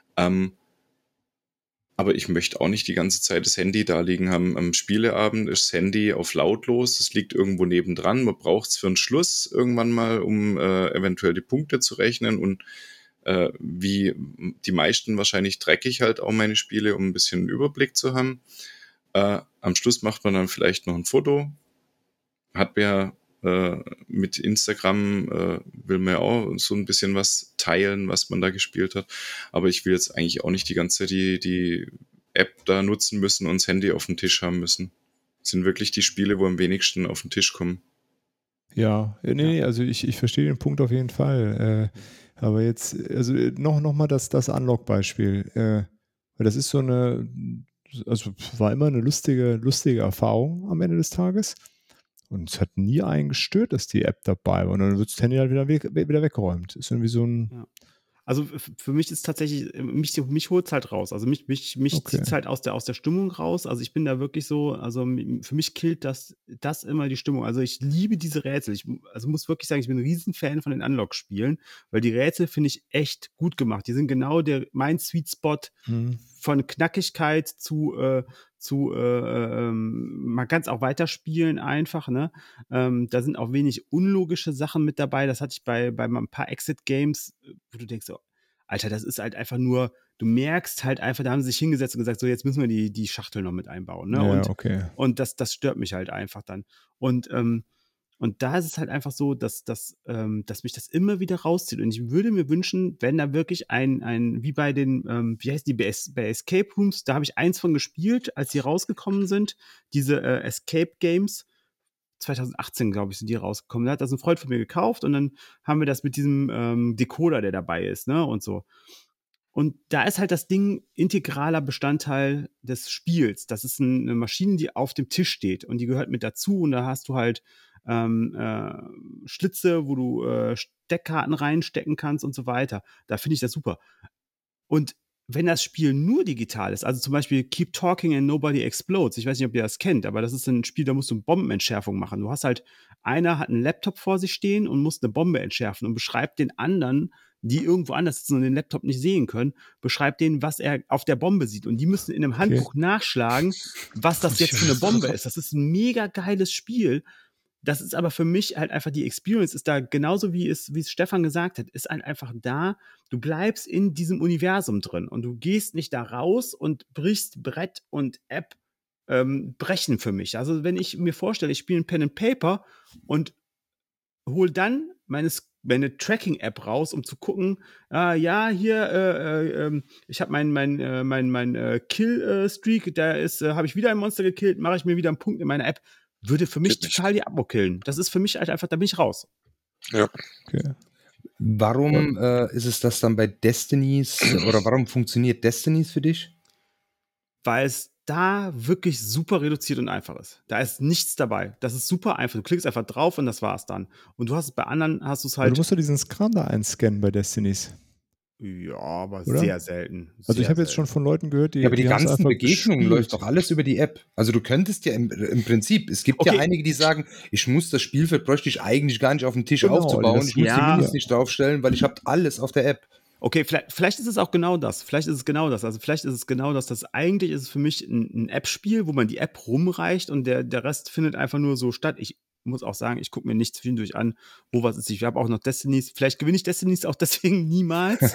Aber ich möchte auch nicht die ganze Zeit das Handy da liegen haben. Am Spieleabend ist das Handy auf lautlos, es liegt irgendwo nebendran. Man braucht es für einen Schluss irgendwann mal, um eventuell die Punkte zu rechnen. Und wie die meisten wahrscheinlich drecke ich halt auch meine Spiele, um ein bisschen einen Überblick zu haben. Am Schluss macht man dann vielleicht noch ein Foto. Hat ja mit Instagram will man ja auch so ein bisschen was teilen, was man da gespielt hat. Aber ich will jetzt eigentlich auch nicht die ganze Zeit die App da nutzen müssen und das Handy auf dem Tisch haben müssen. Das sind wirklich die Spiele, wo am wenigsten auf den Tisch kommen. Ja, nee, also ich verstehe den Punkt auf jeden Fall. Aber jetzt, also noch mal das Unlock-Beispiel. Weil das ist so eine, also war immer eine lustige Erfahrung am Ende des Tages. Und es hat nie einen gestört, dass die App dabei war. Und dann wird das Handy halt wieder weggeräumt. Ist irgendwie so ein. Ja. Also für mich ist tatsächlich, mich holt es halt raus. Also mich Okay. zieht es halt aus der Stimmung raus. Also ich bin da wirklich so, also für mich killt das immer die Stimmung. Also ich liebe diese Rätsel. Also muss wirklich sagen, ich bin ein Riesenfan von den Unlock-Spielen, weil die Rätsel finde ich echt gut gemacht. Die sind genau mein Sweet Spot von Knackigkeit zu mal ganz auch weiterspielen einfach, ne? Da sind auch wenig unlogische Sachen mit dabei. Das hatte ich bei ein paar Exit-Games, wo du denkst, so, Alter, das ist halt einfach nur, du merkst halt einfach, da haben sie sich hingesetzt und gesagt, so, jetzt müssen wir die Schachtel noch mit einbauen, ne? Ja, okay. Und das stört mich halt einfach dann. Und Und da ist es halt einfach so, dass mich das immer wieder rauszieht. Und ich würde mir wünschen, wenn da wirklich wie bei den, wie heißt die, bei Escape Rooms, da habe ich eins von gespielt, als die rausgekommen sind, diese Escape Games. 2018, glaube ich, sind die rausgekommen. Da hat das ein Freund von mir gekauft und dann haben wir das mit diesem Decoder, der dabei ist, ne, und so. Und da ist halt das Ding integraler Bestandteil des Spiels. Das ist eine Maschine, die auf dem Tisch steht und die gehört mit dazu und da hast du halt Schlitze, wo du Steckkarten reinstecken kannst und so weiter. Da finde ich das super. Und wenn das Spiel nur digital ist, also zum Beispiel Keep Talking and Nobody Explodes, ich weiß nicht, ob ihr das kennt, aber das ist ein Spiel, da musst du Bombenentschärfung machen. Du hast halt, einer hat einen Laptop vor sich stehen und muss eine Bombe entschärfen und beschreibt den anderen, die irgendwo anders sitzen und den Laptop nicht sehen können, beschreibt denen, was er auf der Bombe sieht. Und die müssen in einem Handbuch nachschlagen, was das jetzt für eine Bombe ist. Das ist ein mega geiles Spiel. Das ist aber für mich halt einfach die Experience, ist da genauso wie es Stefan gesagt hat, ist halt einfach da. Du bleibst in diesem Universum drin und du gehst nicht da raus und brichst Brett und App brechen für mich. Also wenn ich mir vorstelle, ich spiele ein Pen and Paper und hol dann meine Tracking-App raus, um zu gucken, ja, hier, ich habe mein Kill-Streak, habe ich wieder ein Monster gekillt, mache ich mir wieder einen Punkt in meiner App, würde für mich total die Abo killen. Das ist für mich halt einfach, da bin ich raus. Ja. Okay. Warum ist es das dann bei Destinies oder warum funktioniert Destinies für dich? Weil es da wirklich super reduziert und einfach ist. Da ist nichts dabei. Das ist super einfach. Du klickst einfach drauf und das war's dann. Und du hast es bei anderen, hast du es Aber halt. du musst doch diesen Kram da einscannen bei Destinies. Ja, aber Oder? sehr selten. Also ich habe jetzt schon von Leuten gehört, die. Ja, aber die haben's ganzen einfach Begegnungen gespielt. läuft doch alles über die App. Also du könntest ja im Prinzip, es gibt ja Okay. einige, die sagen, ich muss das Spielfeld, bräuchte ich eigentlich gar nicht auf dem Tisch Genau, aufzubauen. das- Ich muss die Ja. Minis nicht draufstellen, weil ich habe alles auf der App. Okay, vielleicht ist es auch genau das. Vielleicht ist es genau das. Also vielleicht ist es genau das. Eigentlich ist es für mich ein App-Spiel, wo man die App rumreicht und der Rest findet einfach nur so statt. Ich muss auch sagen, ich gucke mir nicht zwischendurch an, wo was ist. Ich habe auch noch Destinies. Vielleicht gewinne ich Destinies auch deswegen niemals,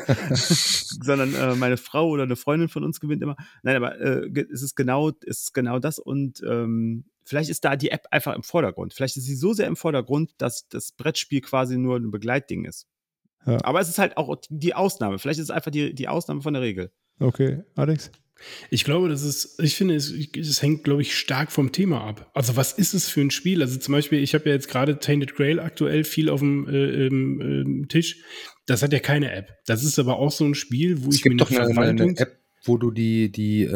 sondern meine Frau oder eine Freundin von uns gewinnt immer. Nein, aber es ist genau das und vielleicht ist da die App einfach im Vordergrund. Vielleicht ist sie so sehr im Vordergrund, dass das Brettspiel quasi nur ein Begleitding ist. Ja. Aber es ist halt auch die Ausnahme. Vielleicht ist es einfach die Ausnahme von der Regel. Okay, Alex? Ich glaube, ich finde, es hängt, glaube ich, stark vom Thema ab. Also was ist es für ein Spiel? Also zum Beispiel, ich habe ja jetzt gerade Tainted Grail aktuell viel auf dem Tisch. Das hat ja keine App. Das ist aber auch so ein Spiel, wo Es ich mir gibt doch eine eine Verwaltung... App, wo du die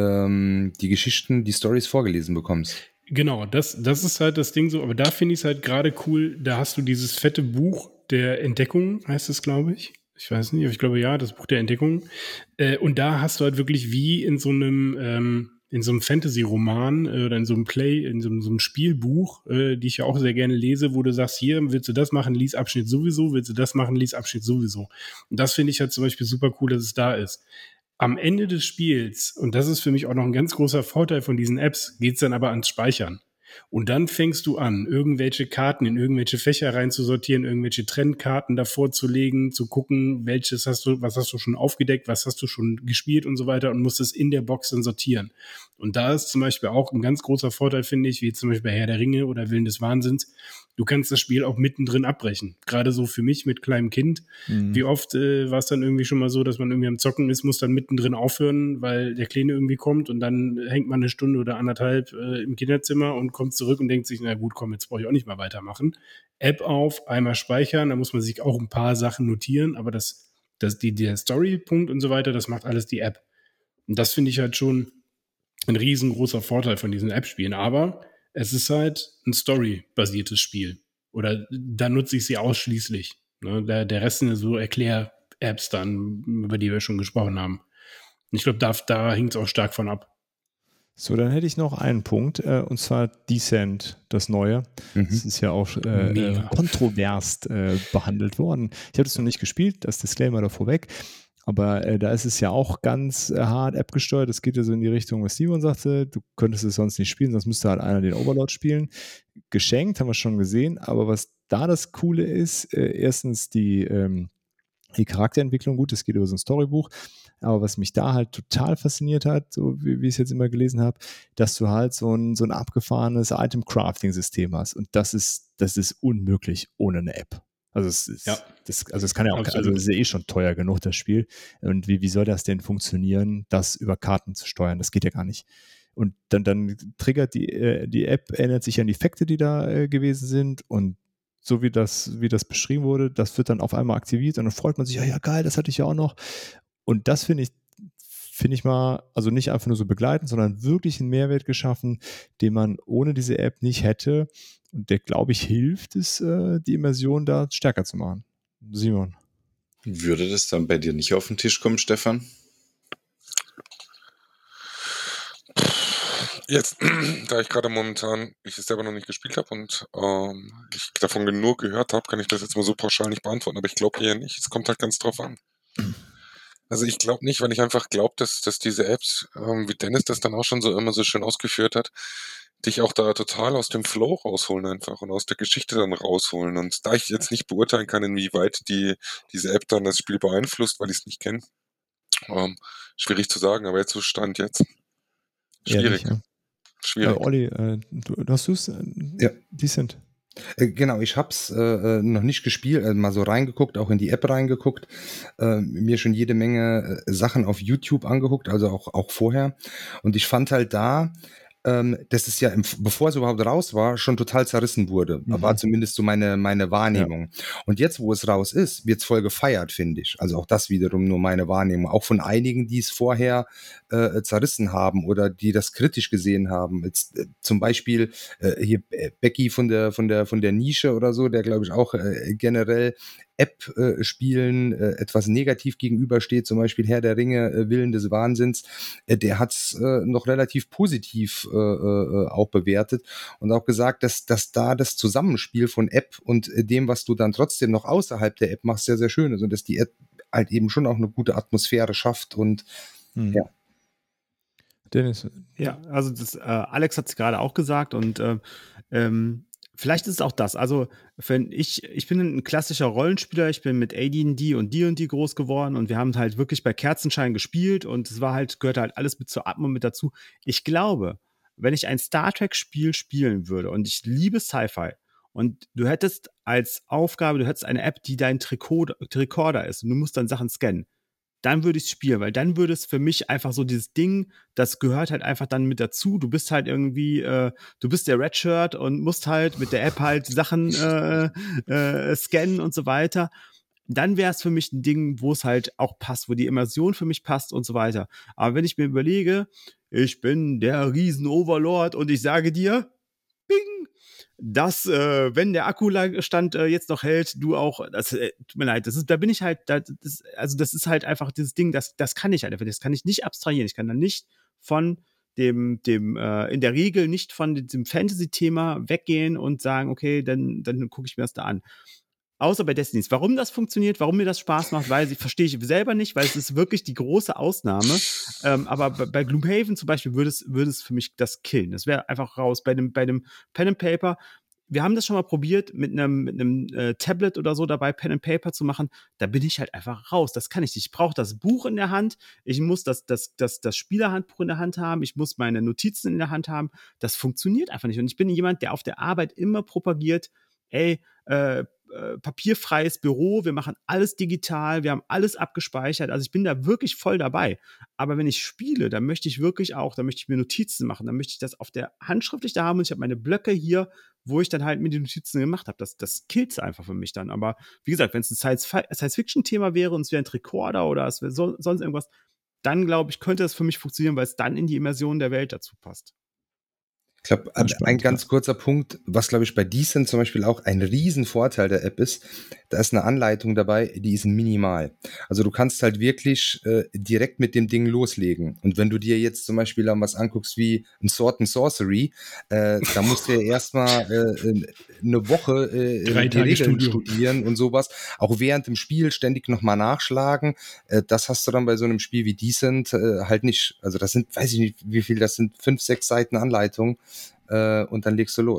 Geschichten, die Stories vorgelesen bekommst. Genau, das ist halt das Ding so, aber da finde ich es halt gerade cool, da hast du dieses fette Buch der Entdeckung, heißt es, glaube ich. Ich weiß nicht, aber ich glaube ja, das Buch der Entdeckung. Und da hast du halt wirklich wie in so einem Fantasy-Roman oder in so einem Spielbuch, die ich ja auch sehr gerne lese, wo du sagst, hier, willst du das machen, lies Abschnitt sowieso, willst du das machen, lies Abschnitt sowieso. Und das finde ich halt zum Beispiel super cool, dass es da ist. Am Ende des Spiels, und das ist für mich auch noch ein ganz großer Vorteil von diesen Apps, geht's dann aber ans Speichern. Und dann fängst du an, irgendwelche Karten in irgendwelche Fächer reinzusortieren, irgendwelche Trendkarten davor zu legen, zu gucken, was hast du schon aufgedeckt, was hast du schon gespielt und so weiter und musst es in der Box dann sortieren. Und da ist zum Beispiel auch ein ganz großer Vorteil, finde ich, wie zum Beispiel bei Herr der Ringe oder Willen des Wahnsinns. Du kannst das Spiel auch mittendrin abbrechen. Gerade so für mich mit kleinem Kind. Wie oft war es dann irgendwie schon mal so, dass man irgendwie am Zocken ist, muss dann mittendrin aufhören, weil der Kleine irgendwie kommt und dann hängt man eine Stunde oder anderthalb im Kinderzimmer und kommt zurück und denkt sich, na gut, komm, jetzt brauche ich auch nicht mal weitermachen. App auf, einmal speichern, da muss man sich auch ein paar Sachen notieren, aber der Story-Punkt und so weiter, das macht alles die App. Und das finde ich halt schon ein riesengroßer Vorteil von diesen App-Spielen. Aber es ist halt ein Story-basiertes Spiel. Oder da nutze ich sie ausschließlich. Ne? Der Rest sind so Erklär-Apps dann, über die wir schon gesprochen haben. Und ich glaube, da hängt es auch stark von ab. So, dann hätte ich noch einen Punkt, und zwar Descent, das Neue. Das ist ja auch kontrovers behandelt worden. Ich habe es noch nicht gespielt, das Disclaimer davor weg. Aber da ist es ja auch ganz hart App-gesteuert. Das geht ja so in die Richtung, was Simon sagte. Du könntest es sonst nicht spielen, sonst müsste halt einer den Overlord spielen. Geschenkt, haben wir schon gesehen. Aber was da das Coole ist, erstens die Die Charakterentwicklung, gut, es geht über so ein Storybuch, aber was mich da halt total fasziniert hat, so wie ich es jetzt immer gelesen habe, dass du halt so ein abgefahrenes Item-Crafting-System hast. Und das ist unmöglich ohne eine App. Also Ja, es kann ja auch, also absolut. es ist ja eh schon teuer genug, das Spiel. Und wie soll das denn funktionieren, das über Karten zu steuern? Das geht ja gar nicht. Und dann triggert die App, erinnert sich an die Effekte, die da gewesen sind, und so wie das beschrieben wurde, das wird dann auf einmal aktiviert und dann freut man sich, ja geil, das hatte ich ja auch noch. Und das finde ich mal, also nicht einfach nur so begleitend, sondern wirklich einen Mehrwert geschaffen, den man ohne diese App nicht hätte. Und der, glaube ich, hilft es, die Immersion da stärker zu machen. Simon. Würde das dann bei dir nicht auf den Tisch kommen, Stefan? Jetzt, da ich gerade momentan, ich es selber noch nicht gespielt habe und ich davon nur gehört habe, kann ich das jetzt mal so pauschal nicht beantworten, aber ich glaube eher nicht. Es kommt halt ganz drauf an. Also ich glaube nicht, weil ich einfach glaube, dass diese Apps, wie Dennis das dann auch schon so immer so schön ausgeführt hat, dich auch da total aus dem Flow rausholen einfach und aus der Geschichte dann rausholen. Und da ich jetzt nicht beurteilen kann, inwieweit diese App dann das Spiel beeinflusst, weil ich es nicht kenne, schwierig zu sagen, aber jetzt so Stand jetzt. Schwierig. Ehrlich, ja. Schwierig. Olli, hast du es? Ja. Decent. Genau, ich hab's noch nicht gespielt, mal so reingeguckt, auch in die App reingeguckt, mir schon jede Menge Sachen auf YouTube angeguckt, also auch vorher. Und ich fand halt da, dass es ja, bevor es überhaupt raus war, schon total zerrissen wurde. War zumindest so meine Wahrnehmung. Ja. Und jetzt, wo es raus ist, wird's voll gefeiert, finde ich. Also auch das wiederum nur meine Wahrnehmung. Auch von einigen, die es vorher zerrissen haben oder die das kritisch gesehen haben. Jetzt, zum Beispiel hier Becky von der Nische oder so, der glaube ich auch generell App-Spielen etwas negativ gegenübersteht, zum Beispiel Herr der Ringe, Willen des Wahnsinns, der hat's noch relativ positiv auch bewertet und auch gesagt, dass da das Zusammenspiel von App und dem, was du dann trotzdem noch außerhalb der App machst, sehr, sehr schön ist und dass die App halt eben schon auch eine gute Atmosphäre schafft und ja. Dennis. Ja, also Alex hat es gerade auch gesagt und vielleicht ist es auch das. Also, wenn ich bin ein klassischer Rollenspieler, ich bin mit AD&D und D&D groß geworden und wir haben halt wirklich bei Kerzenschein gespielt und es gehörte halt alles mit zur Atmung mit dazu. Ich glaube, wenn ich ein Star Trek-Spiel spielen würde und ich liebe Sci-Fi und du hättest als Aufgabe, du hättest eine App, die dein Recorder ist und du musst dann Sachen scannen, dann würde ich es spielen, weil dann würde es für mich einfach so dieses Ding, das gehört halt einfach dann mit dazu. Du bist halt irgendwie, du bist der Redshirt und musst halt mit der App halt Sachen scannen und so weiter. Dann wäre es für mich ein Ding, wo es halt auch passt, wo die Immersion für mich passt und so weiter. Aber wenn ich mir überlege, ich bin der Riesen-Overlord und ich sage dir, bing, dass, wenn der Akkustand jetzt noch hält, du auch, tut mir leid, da bin ich halt, das ist halt einfach dieses Ding, das kann ich halt einfach, das kann ich nicht abstrahieren. Ich kann dann nicht von in der Regel nicht von diesem Fantasy-Thema weggehen und sagen, okay, dann gucke ich mir das da an. Außer bei Destinies. Warum das funktioniert, warum mir das Spaß macht, verstehe ich selber nicht, weil es ist wirklich die große Ausnahme. Aber bei Gloomhaven zum Beispiel würde es für mich das killen. Das wäre einfach raus. Bei dem Pen and Paper, wir haben das schon mal probiert, mit einem Tablet oder so dabei Pen and Paper zu machen. Da bin ich halt einfach raus. Das kann ich nicht. Ich brauche das Buch in der Hand. Ich muss das Spielerhandbuch in der Hand haben. Ich muss meine Notizen in der Hand haben. Das funktioniert einfach nicht. Und ich bin jemand, der auf der Arbeit immer propagiert, papierfreies Büro, wir machen alles digital, wir haben alles abgespeichert, also ich bin da wirklich voll dabei. Aber wenn ich spiele, dann möchte ich mir Notizen machen, dann möchte ich das auf der handschriftlich da haben und ich habe meine Blöcke hier, wo ich dann halt mir die Notizen gemacht habe. Das killt einfach für mich dann. Aber wie gesagt, wenn es ein Science-Fiction-Thema wäre und es wäre ein Recorder oder es wäre sonst irgendwas, dann glaube ich, könnte das für mich funktionieren, weil es dann in die Immersion der Welt dazu passt. Ich glaube, ein ganz kurzer Punkt, was, glaube ich, bei Decent zum Beispiel auch ein Riesenvorteil der App ist, da ist eine Anleitung dabei, die ist minimal. Also du kannst halt wirklich direkt mit dem Ding loslegen. Und wenn du dir jetzt zum Beispiel was anguckst wie ein Sword and Sorcery, da musst du ja erstmal eine Woche die Regeln studieren und sowas. Auch während dem Spiel ständig nochmal nachschlagen. Das hast du dann bei so einem Spiel wie Decent halt nicht. Also das sind, weiß ich nicht, wie viel das sind, 5, 6 Seiten Anleitung. Und dann legst du los.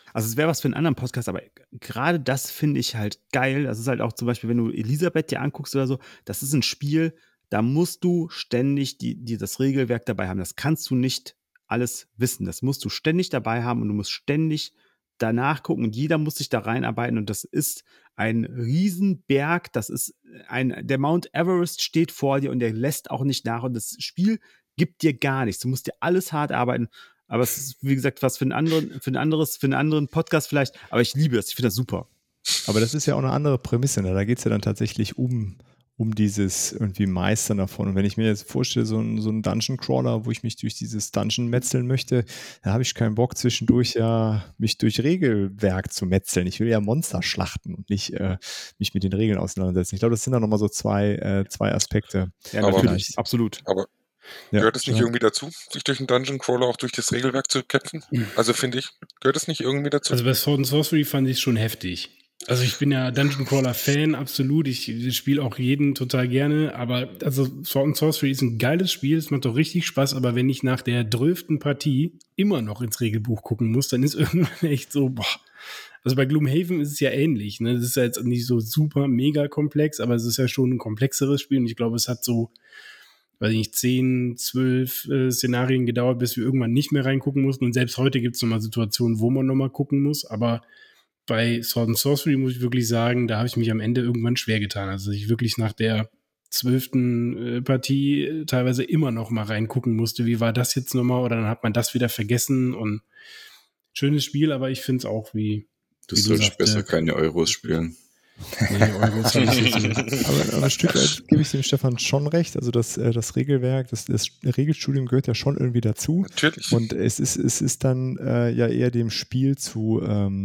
Also es wäre was für einen anderen Podcast, aber gerade das finde ich halt geil. Das ist halt auch zum Beispiel, wenn du Elisabeth dir anguckst oder so, das ist ein Spiel, da musst du ständig das Regelwerk dabei haben. Das kannst du nicht alles wissen. Das musst du ständig dabei haben und du musst ständig danach gucken und jeder muss sich da reinarbeiten und das ist ein Riesenberg. Der Mount Everest steht vor dir und der lässt auch nicht nach und das Spiel gibt dir gar nichts. Du musst dir alles hart arbeiten. Aber es ist, wie gesagt, was für einen anderen Podcast vielleicht. Aber ich liebe das, ich finde das super. Aber das ist ja auch eine andere Prämisse. Ne? Da geht es ja dann tatsächlich um dieses irgendwie Meistern davon. Und wenn ich mir jetzt vorstelle, so ein Dungeon-Crawler, wo ich mich durch dieses Dungeon metzeln möchte, da habe ich keinen Bock zwischendurch mich durch Regelwerk zu metzeln. Ich will ja Monster schlachten und nicht mich mit den Regeln auseinandersetzen. Ich glaube, das sind dann nochmal so zwei Aspekte. Ja, natürlich, absolut. Aber gehört es nicht irgendwie dazu, sich durch einen Dungeon Crawler auch durch das Regelwerk zu kämpfen? Also finde ich, gehört es nicht irgendwie dazu? Also bei Sword and Sorcery fand ich es schon heftig. Also ich bin ja Dungeon Crawler Fan, absolut. Ich spiele auch jeden total gerne, aber also Sword and Sorcery ist ein geiles Spiel, es macht doch richtig Spaß, aber wenn ich nach der 12. Partie immer noch ins Regelbuch gucken muss, dann ist irgendwann echt so, boah. Also bei Gloomhaven ist es ja ähnlich, ne? Das ist ja jetzt nicht so super mega komplex, aber es ist ja schon ein komplexeres Spiel und ich glaube, es hat so, weiß ich nicht, 10, 12 Szenarien gedauert, bis wir irgendwann nicht mehr reingucken mussten und selbst heute gibt es nochmal Situationen, wo man nochmal gucken muss, aber bei Sword and Sorcery muss ich wirklich sagen, da habe ich mich am Ende irgendwann schwer getan. Also ich wirklich nach der 12. Partie teilweise immer noch mal reingucken musste, wie war das jetzt nochmal? Oder dann hat man das wieder vergessen und schönes Spiel, aber ich finde es auch wie du sollst besser keine Euros spielen. Nee, Euros habe ich jetzt nicht. Aber ein Stück weit gebe ich dem Stefan schon recht. Also das Regelwerk, das Regelstudium gehört ja schon irgendwie dazu. Natürlich. Und es ist dann ja eher dem Spiel zu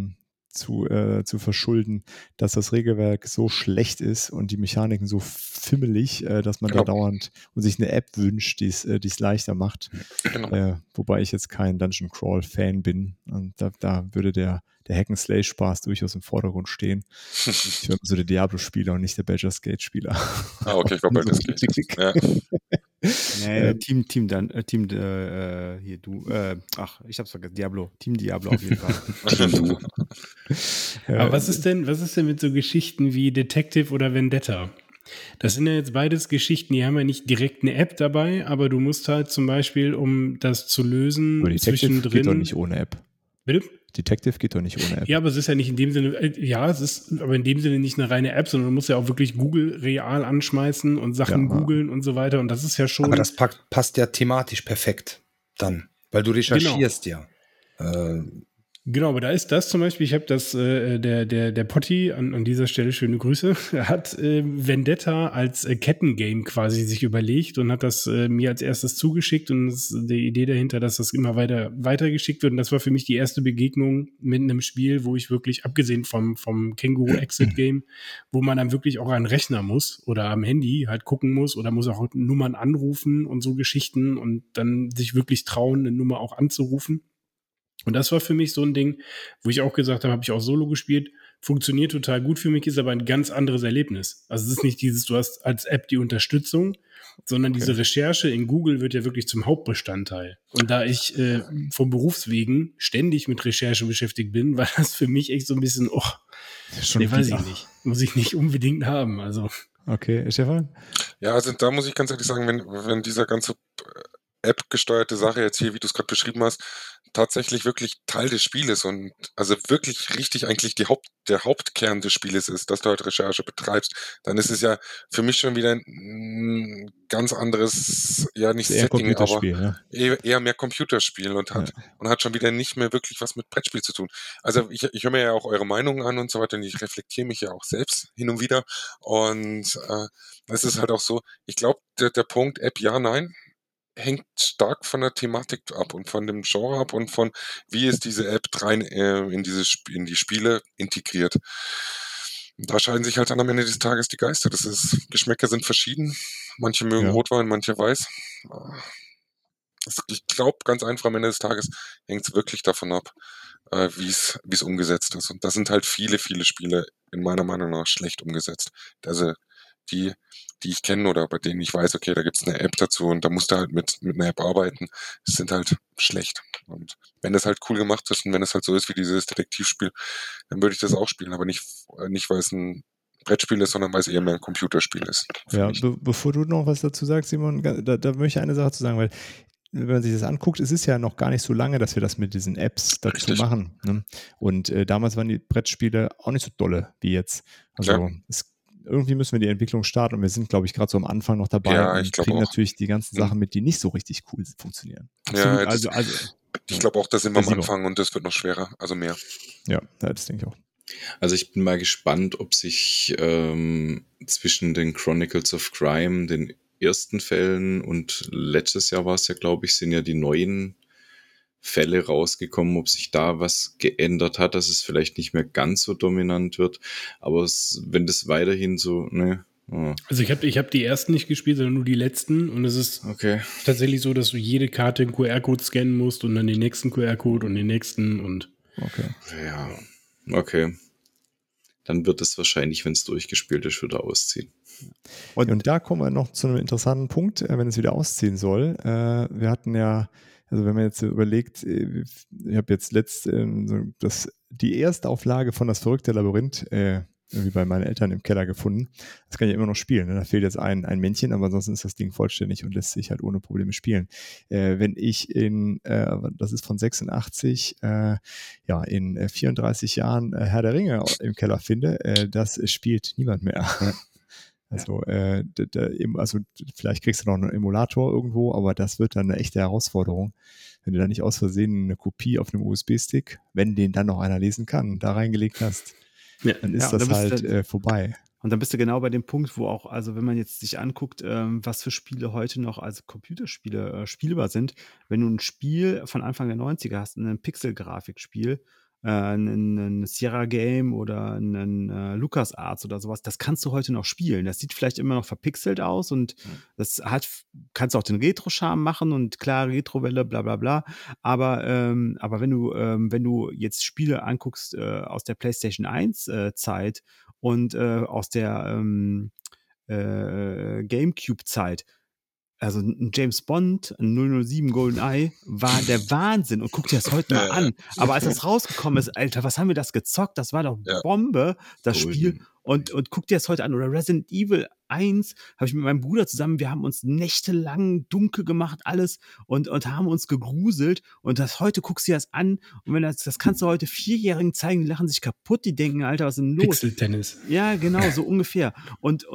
verschulden, dass das Regelwerk so schlecht ist und die Mechaniken so fimmelig, dass man da dauernd und sich eine App wünscht, die es leichter macht. Genau. Wobei ich jetzt kein Dungeon Crawl Fan bin. Und da würde der Hack-and-Slay-Spaß durchaus im Vordergrund stehen. Ich bin so der Diablo-Spieler und nicht der Baldur's Gate-Spieler. Ah, okay, ich war Baldur's Gate. Ja. Hier du, ich hab's vergessen, Diablo, Team Diablo auf jeden Fall. Aber was ist denn mit so Geschichten wie Detective oder Vendetta? Das sind ja jetzt beides Geschichten, die haben ja nicht direkt eine App dabei, aber du musst halt zum Beispiel, um das zu lösen, aber Detective geht doch nicht ohne App. Bitte? Detective geht doch nicht ohne App. Ja, aber es ist ja nicht in dem Sinne, es ist aber in dem Sinne nicht eine reine App, sondern du musst ja auch wirklich Google real anschmeißen und Sachen googeln und so weiter und das ist ja schon... Aber das passt ja thematisch perfekt dann, weil du recherchierst ja. Genau, aber da ist das zum Beispiel, ich habe das, der Potti, an dieser Stelle schöne Grüße, hat Vendetta als Kettengame quasi sich überlegt und hat das mir als erstes zugeschickt und das ist die Idee dahinter, dass das immer weitergeschickt wird und das war für mich die erste Begegnung mit einem Spiel, wo ich wirklich, abgesehen vom Känguru-Exit-Game, wo man dann wirklich auch an den Rechner muss oder am Handy halt gucken muss oder muss auch Nummern anrufen und so Geschichten und dann sich wirklich trauen, eine Nummer auch anzurufen. Und das war für mich so ein Ding, wo ich auch gesagt habe ich auch Solo gespielt, funktioniert total gut für mich, ist aber ein ganz anderes Erlebnis. Also es ist nicht dieses, du hast als App die Unterstützung, sondern diese Recherche in Google wird ja wirklich zum Hauptbestandteil. Und da ich vom Berufswegen ständig mit Recherche beschäftigt bin, war das für mich echt so ein bisschen, weiß ich nicht. Muss ich nicht unbedingt haben. Also. Okay, Stefan? Ja, also da muss ich ganz ehrlich sagen, wenn dieser ganze App-gesteuerte Sache jetzt hier, wie du es gerade beschrieben hast, tatsächlich wirklich Teil des Spieles und also wirklich richtig eigentlich der Hauptkern des Spieles ist, dass du halt Recherche betreibst, dann ist es ja für mich schon wieder ein ganz anderes, ja nicht Setting, aber eher mehr Computerspiel und hat schon wieder nicht mehr wirklich was mit Brettspiel zu tun. Also ich höre mir ja auch eure Meinungen an und so weiter und ich reflektiere mich ja auch selbst hin und wieder und es ist halt auch so, ich glaube, der Punkt App ja, nein, hängt stark von der Thematik ab und von dem Genre ab und von wie ist diese App rein in die Spiele integriert. Da scheiden sich halt dann am Ende des Tages die Geister. Geschmäcker sind verschieden. Manche mögen Rotwein, manche weiß. Ich glaube, ganz einfach am Ende des Tages hängt es wirklich davon ab, wie es umgesetzt ist. Und das sind halt viele, viele Spiele in meiner Meinung nach schlecht umgesetzt. Also die ich kenne oder bei denen ich weiß, okay, da gibt's eine App dazu und da musst du halt mit einer App arbeiten, sind halt schlecht. Und wenn das halt cool gemacht ist und wenn es halt so ist wie dieses Detektivspiel, dann würde ich das auch spielen, aber nicht weil es ein Brettspiel ist, sondern weil es eher mehr ein Computerspiel ist. Ja, bevor du noch was dazu sagst, Simon, da möchte ich eine Sache zu sagen, weil wenn man sich das anguckt, es ist ja noch gar nicht so lange, dass wir das mit diesen Apps dazu Richtig. machen. Ne? Und damals waren die Brettspiele auch nicht so dolle wie jetzt. Also irgendwie müssen wir die Entwicklung starten und wir sind, glaube ich, gerade so am Anfang noch dabei Ja, und ich glaub kriegen auch. natürlich die ganzen Sachen mit, die nicht so richtig cool funktionieren. Ja, Absolut. ich glaube auch, da sind wir am Simon. Anfang und das wird noch schwerer, also mehr. Ja, das denke ich auch. Also ich bin mal gespannt, ob sich zwischen den Chronicles of Crime, den ersten Fällen und letztes Jahr war es ja, glaube ich, sind ja die neuen Fälle rausgekommen, ob sich da was geändert hat, dass es vielleicht nicht mehr ganz so dominant wird. Aber wenn das weiterhin so, ne? Oh. Also ich hab die ersten nicht gespielt, sondern nur die letzten. Und es ist tatsächlich so, dass du jede Karte einen QR-Code scannen musst und dann den nächsten QR-Code und den nächsten und. Okay. Ja, okay. Dann wird es wahrscheinlich, wenn es durchgespielt ist, wieder ausziehen. Und da kommen wir noch zu einem interessanten Punkt, wenn es wieder ausziehen soll. Wir hatten ja, also wenn man jetzt überlegt, ich habe jetzt die Erstauflage von Das verrückte Labyrinth irgendwie bei meinen Eltern im Keller gefunden. Das kann ich ja immer noch spielen. Ne? Da fehlt jetzt ein Männchen, aber ansonsten ist das Ding vollständig und lässt sich halt ohne Probleme spielen. Wenn ich das ist von 86, in 34 Jahren Herr der Ringe im Keller finde, das spielt niemand mehr. Also, also vielleicht kriegst du noch einen Emulator irgendwo, aber das wird dann eine echte Herausforderung, wenn du da nicht aus Versehen eine Kopie auf einem USB-Stick, wenn den dann noch einer lesen kann, da reingelegt hast, dann ist das halt vorbei. Und dann bist du genau bei dem Punkt, wo auch, also wenn man jetzt sich anguckt, was für Spiele heute noch als Computerspiele spielbar sind, wenn du ein Spiel von Anfang der 90er hast, ein Pixel-Grafikspiel, ein Sierra Game oder ein LucasArts oder sowas, das kannst du heute noch spielen. Das sieht vielleicht immer noch verpixelt aus und das kannst du auch den Retro-Charme machen und klar, Retrowelle, bla bla bla. Aber wenn du jetzt Spiele anguckst aus der PlayStation 1 Zeit und aus der GameCube-Zeit, also ein James Bond, ein 007 GoldenEye, war der Wahnsinn. Und guck dir das heute mal an. Aber als das rausgekommen ist, Alter, was haben wir das gezockt? Das war doch Bombe, das Spiel. Und guck dir das heute an. Oder Resident Evil 1 habe ich mit meinem Bruder zusammen, wir haben uns nächtelang dunkel gemacht, alles und haben uns gegruselt. Und heute guckst du dir das an. Und wenn das kannst du heute 4-Jährigen zeigen, die lachen sich kaputt, die denken, Alter, was ist denn los? Pixel-Tennis. Ja, genau, so ungefähr. Und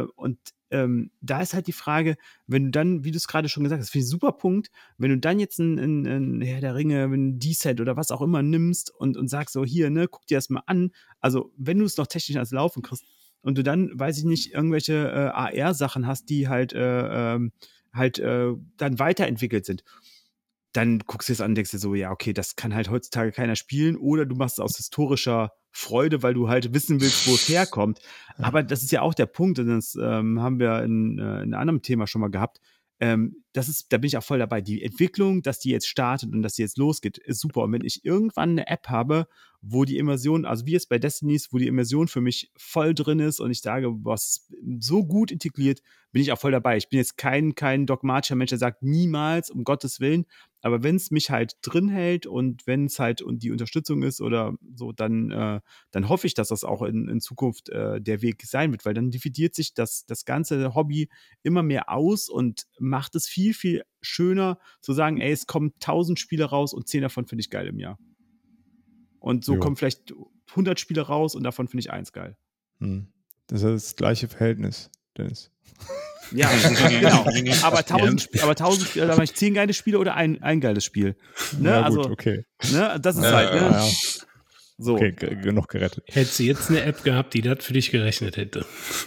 da ist halt die Frage, wenn du dann, wie du es gerade schon gesagt hast, finde ich ein super Punkt, wenn du dann jetzt ein Herr der Ringe, wenn du D-Set oder was auch immer nimmst und sagst so, hier, ne, guck dir das mal an. Also, wenn du es noch technisch als Laufen kriegst und du dann, weiß ich nicht, irgendwelche AR-Sachen hast, die halt dann weiterentwickelt sind, dann guckst du es an und denkst dir so, ja, okay, das kann halt heutzutage keiner spielen oder du machst es aus historischer Freude, weil du halt wissen willst, wo es herkommt. Aber das ist ja auch der Punkt, und das haben wir in einem anderen Thema schon mal gehabt. Da bin ich auch voll dabei. Die Entwicklung, dass die jetzt startet und dass die jetzt losgeht, ist super. Und wenn ich irgendwann eine App habe, wo die Immersion, also wie es bei Destiny ist, wo die Immersion für mich voll drin ist und ich sage, was so gut integriert, bin ich auch voll dabei. Ich bin jetzt kein dogmatischer Mensch, der sagt, niemals, um Gottes Willen. Aber wenn es mich halt drin hält und wenn es halt und die Unterstützung ist oder so, dann hoffe ich, dass das auch in Zukunft der Weg sein wird, weil dann dividiert sich das ganze Hobby immer mehr aus und macht es viel, viel schöner zu sagen, ey, es kommen 1000 Spiele raus und 10 davon finde ich geil im Jahr. Und so kommen vielleicht 100 Spiele raus und davon finde ich 1 geil. Das ist das gleiche Verhältnis, Dennis. Ja, genau. Aber 1000 Spiele, da mache ich 10 geile Spiele oder ein geiles Spiel. Ne? Ja, also, gut, okay. Ne? Das ist halt, ne? Ja. So. Okay, genug gerettet. Hättest du jetzt eine App gehabt, die das für dich gerechnet hätte.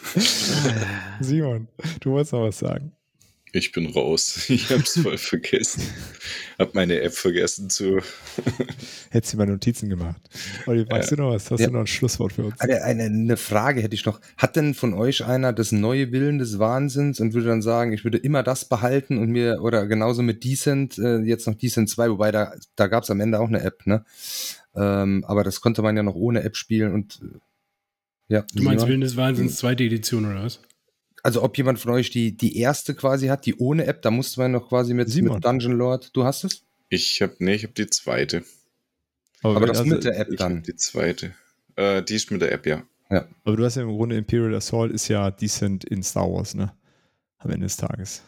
Simon, du wolltest noch was sagen. Ich bin raus. Ich hab's voll vergessen. Hab meine App vergessen zu. Hättest du mal Notizen gemacht. Olli, weißt du noch was? Hast du noch ein Schlusswort für uns? Eine Frage hätte ich noch. Hat denn von euch einer das neue Willen des Wahnsinns und würde dann sagen, ich würde immer das behalten und oder genauso mit Descent, jetzt noch Descent 2, wobei da gab es am Ende auch eine App, ne? Aber das konnte man ja noch ohne App spielen und ja. Du meinst Willen des Wahnsinns, 2. Edition oder was? Also ob jemand von euch die erste quasi hat, die ohne App, da musste man noch quasi mit Simon. Dungeon Lord. Du hast es? Ich habe die zweite. Aber das also, mit der App Ich dann. habe die zweite. Die ist mit der App, ja. Aber du hast ja im Grunde Imperial Assault ist ja decent in Star Wars, ne? Am Ende des Tages.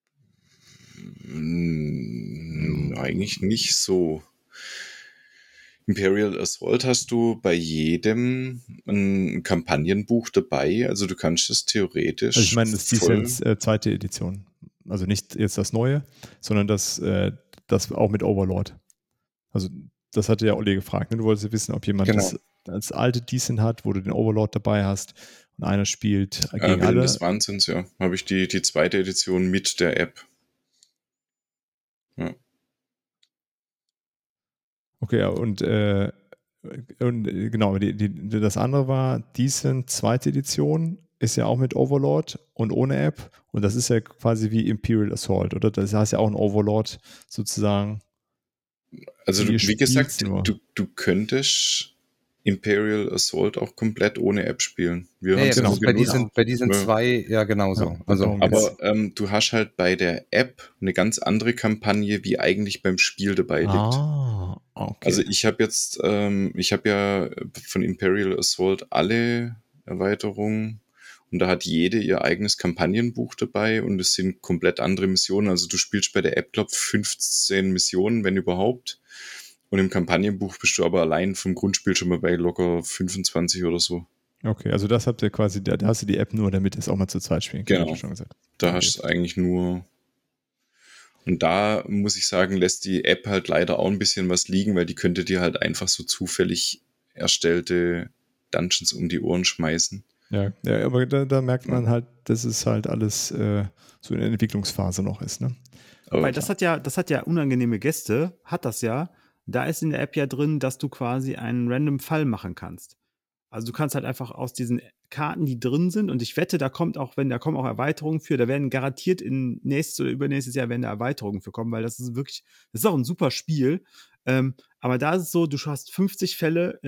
Eigentlich nicht so. Imperial Assault hast du bei jedem ein Kampagnenbuch dabei, also du kannst es theoretisch. Also ich meine, das ist Decent zweite Edition. Also nicht jetzt das neue, sondern das auch mit Overlord. Also das hatte ja Olli gefragt. Ne? Du wolltest wissen, ob jemand das als alte Decent hat, wo du den Overlord dabei hast und einer spielt gegen alle. Des Wahnsinns, ja. Habe ich die zweite Edition mit der App. Ja. Okay, ja, und genau, das andere war Decent zweite Edition, ist ja auch mit Overlord und ohne App. Und das ist ja quasi wie Imperial Assault, oder? Das heißt ja auch ein Overlord sozusagen. Also wie gesagt, du könntest Imperial Assault auch komplett ohne App spielen. Wir haben genau. Bei diesen zwei ja genauso. Ja, also, aber du hast halt bei der App eine ganz andere Kampagne, wie eigentlich beim Spiel dabei liegt. Ah, okay. Also ich habe jetzt, ich habe ja von Imperial Assault alle Erweiterungen und da hat jede ihr eigenes Kampagnenbuch dabei und es sind komplett andere Missionen. Also du spielst bei der App, glaube ich, 15 Missionen, wenn überhaupt. Und im Kampagnenbuch bist du aber allein vom Grundspiel schon mal bei locker 25 oder so. Okay, also das habt ihr quasi, da hast du die App nur, damit ihr es auch mal zu zweit spielen könnt. Genau, schon gesagt. Da hast du eigentlich nur... Und da muss ich sagen, lässt die App halt leider auch ein bisschen was liegen, weil die könnte dir halt einfach so zufällig erstellte Dungeons um die Ohren schmeißen. Ja, aber da merkt man halt, dass es halt alles so in der Entwicklungsphase noch ist, ne? Weil das hat ja unangenehme Gäste, hat das ja. Da ist in der App ja drin, dass du quasi einen random Fall machen kannst. Also du kannst halt einfach aus diesen Karten, die drin sind, und ich wette, da kommen auch Erweiterungen für, da werden garantiert in nächstes oder übernächstes Jahr werden da Erweiterungen für kommen, weil das ist auch ein super Spiel. Aber da ist es so, du hast 50 Fälle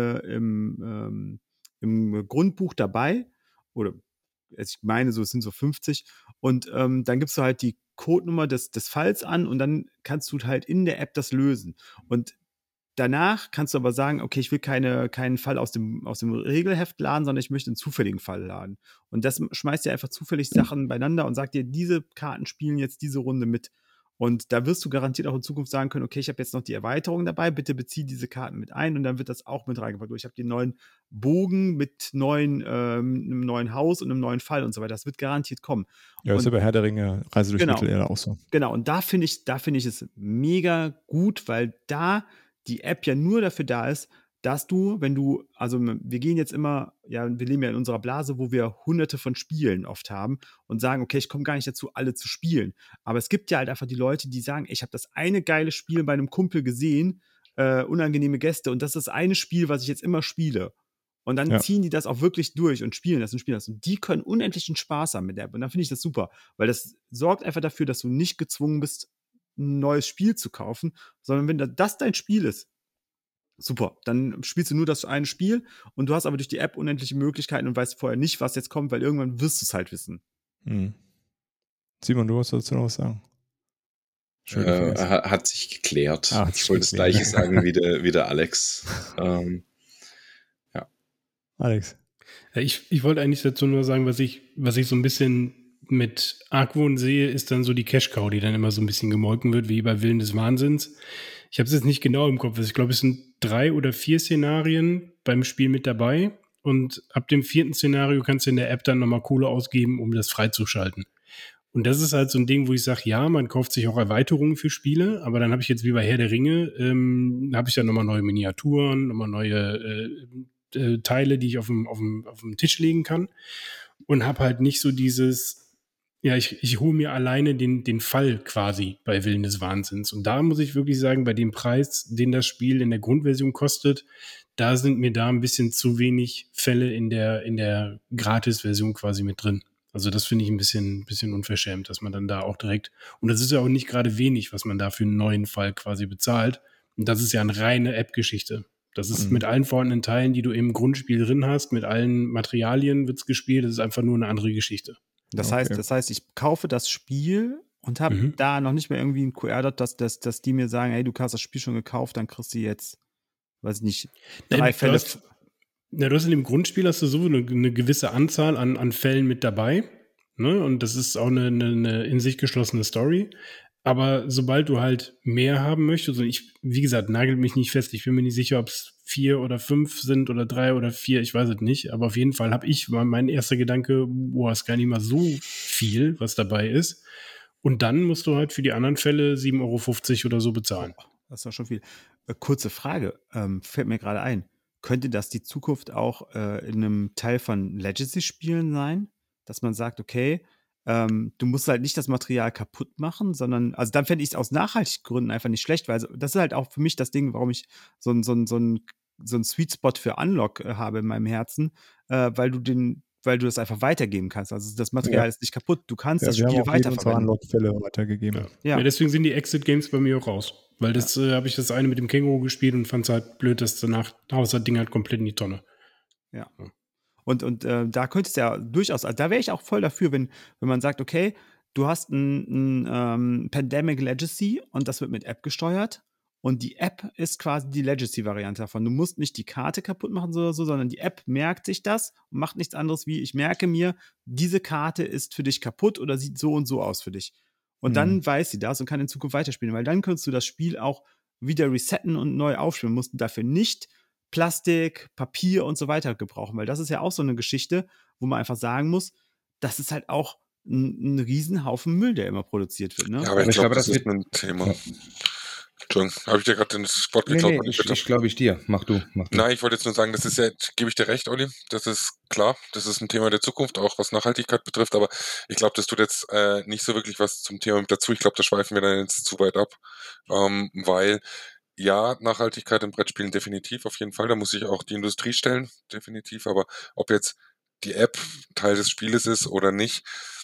im Grundbuch dabei, oder ich meine, es sind so 50, und dann gibst du halt die Codenummer des Falls an und dann kannst du halt in der App das lösen. Und danach kannst du aber sagen, okay, ich will keinen Fall aus dem Regelheft laden, sondern ich möchte einen zufälligen Fall laden. Und das schmeißt dir einfach zufällig Sachen beieinander und sagt dir, diese Karten spielen jetzt diese Runde mit. Und da wirst du garantiert auch in Zukunft sagen können, okay, ich habe jetzt noch die Erweiterung dabei, bitte bezieh diese Karten mit ein und dann wird das auch mit reingepackt. Ich habe den neuen Bogen mit einem neuen Haus und einem neuen Fall und so weiter. Das wird garantiert kommen. Ja, ist ja bei Herr der Ringe, Reise durch Mittelerde auch so. Genau, und da finde ich es mega gut, weil da die App ja nur dafür da ist, dass wir gehen jetzt immer, ja, wir leben ja in unserer Blase, wo wir hunderte von Spielen oft haben und sagen, okay, ich komme gar nicht dazu, alle zu spielen. Aber es gibt ja halt einfach die Leute, die sagen, ich habe das eine geile Spiel bei einem Kumpel gesehen, unangenehme Gäste, und das ist das eine Spiel, was ich jetzt immer spiele. Und dann ziehen die das auch wirklich durch und spielen das. Und die können unendlichen Spaß haben mit der App. Und dann finde ich das super, weil das sorgt einfach dafür, dass du nicht gezwungen bist, ein neues Spiel zu kaufen, sondern wenn das dein Spiel ist, super, dann spielst du nur das eine Spiel und du hast aber durch die App unendliche Möglichkeiten und weißt vorher nicht, was jetzt kommt, weil irgendwann wirst du es halt wissen. Simon, du wolltest dazu noch was sagen? Hat sich geklärt. Ich wollte das Gleiche sagen wie der Alex. Ja. Alex. Ich wollte eigentlich dazu nur sagen, was ich so ein bisschen mit Argwohn sehe, ist dann so die Cash-Cow, die dann immer so ein bisschen gemolken wird, wie bei Willen des Wahnsinns. Ich habe es jetzt nicht genau im Kopf. Ich glaube, es sind 3 oder 4 Szenarien beim Spiel mit dabei. Und ab dem 4. Szenario kannst du in der App dann nochmal Kohle ausgeben, um das freizuschalten. Und das ist halt so ein Ding, wo ich sage, ja, man kauft sich auch Erweiterungen für Spiele, aber dann habe ich jetzt wie bei Herr der Ringe, habe ich dann nochmal neue Miniaturen, nochmal neue Teile, die ich auf dem Tisch legen kann. Und habe halt nicht so dieses, ja, ich hole mir alleine den Fall quasi bei Willen des Wahnsinns. Und da muss ich wirklich sagen, bei dem Preis, den das Spiel in der Grundversion kostet, da sind mir da ein bisschen zu wenig Fälle in der Gratis-Version quasi mit drin. Also das finde ich ein bisschen unverschämt, dass man dann da auch direkt, und das ist ja auch nicht gerade wenig, was man da für einen neuen Fall quasi bezahlt. Und das ist ja eine reine App-Geschichte. Das ist mit allen vorhandenen Teilen, die du im Grundspiel drin hast, mit allen Materialien wird's gespielt, das ist einfach nur eine andere Geschichte. Das Okay. heißt, ich kaufe das Spiel und habe da noch nicht mehr irgendwie einen QR-Dot, dass die mir sagen, hey, du hast das Spiel schon gekauft, dann kriegst du jetzt, weiß ich nicht, 3 Fälle. Du hast in dem Grundspiel hast du so eine gewisse Anzahl an Fällen mit dabei. Ne? Und das ist auch eine in sich geschlossene Story. Aber sobald du halt mehr haben möchtest, und wie gesagt, nagelt mich nicht fest, ich bin mir nicht sicher, ob es 4 oder 5 sind oder 3 oder 4, ich weiß es nicht. Aber auf jeden Fall war mein erster Gedanke, boah, ist gar nicht mal so viel, was dabei ist. Und dann musst du halt für die anderen Fälle 7,50 € oder so bezahlen. Das ist doch schon viel. Kurze Frage, fällt mir gerade ein. Könnte das die Zukunft auch in einem Teil von Legacy-Spielen sein? Dass man sagt, okay, du musst halt nicht das Material kaputt machen, sondern, also dann fände ich es aus nachhaltigen Gründen einfach nicht schlecht, weil das ist halt auch für mich das Ding, warum ich so einen Sweet Spot für Unlock habe in meinem Herzen, weil du das einfach weitergeben kannst. Also das Material ist nicht kaputt, du kannst das wir haben Spiel auch jeden unserer weiterverwenden. Unlock-Fälle weitergegeben. Ja. Deswegen sind die Exit-Games bei mir auch raus. Weil das habe ich das eine mit dem Känguru gespielt und fand es halt blöd, dass danach haust das Ding halt komplett in die Tonne. Ja. Und da könnte es ja durchaus, also da wäre ich auch voll dafür, wenn man sagt, okay, du hast ein Pandemic Legacy und das wird mit App gesteuert und die App ist quasi die Legacy-Variante davon. Du musst nicht die Karte kaputt machen oder so, sondern die App merkt sich das und macht nichts anderes wie, ich merke mir, diese Karte ist für dich kaputt oder sieht so und so aus für dich. Und dann weiß sie das und kann in Zukunft weiterspielen, weil dann kannst du das Spiel auch wieder resetten und neu aufspielen. Musst dafür nicht Plastik, Papier und so weiter gebrauchen, weil das ist ja auch so eine Geschichte, wo man einfach sagen muss, das ist halt auch ein Riesenhaufen Müll, der immer produziert wird. Ne? Ja, aber ich ich glaube, glaube, das das ist ein Thema. Entschuldigung, habe ich dir gerade den Spot Nee, geklaut? nee, Olli, bitte? ich glaube ich dir. Mach du. Nein, ich wollte jetzt nur sagen, das ist ja, gebe ich dir recht, Olli. Das ist klar, das ist ein Thema der Zukunft, auch was Nachhaltigkeit betrifft, aber ich glaube, das tut jetzt nicht so wirklich was zum Thema mit dazu. Ich glaube, da schweifen wir dann jetzt zu weit ab, weil ja, Nachhaltigkeit in Brettspielen definitiv, auf jeden Fall. Da muss sich auch die Industrie stellen, definitiv. Aber ob jetzt die App Teil des Spieles ist oder nicht,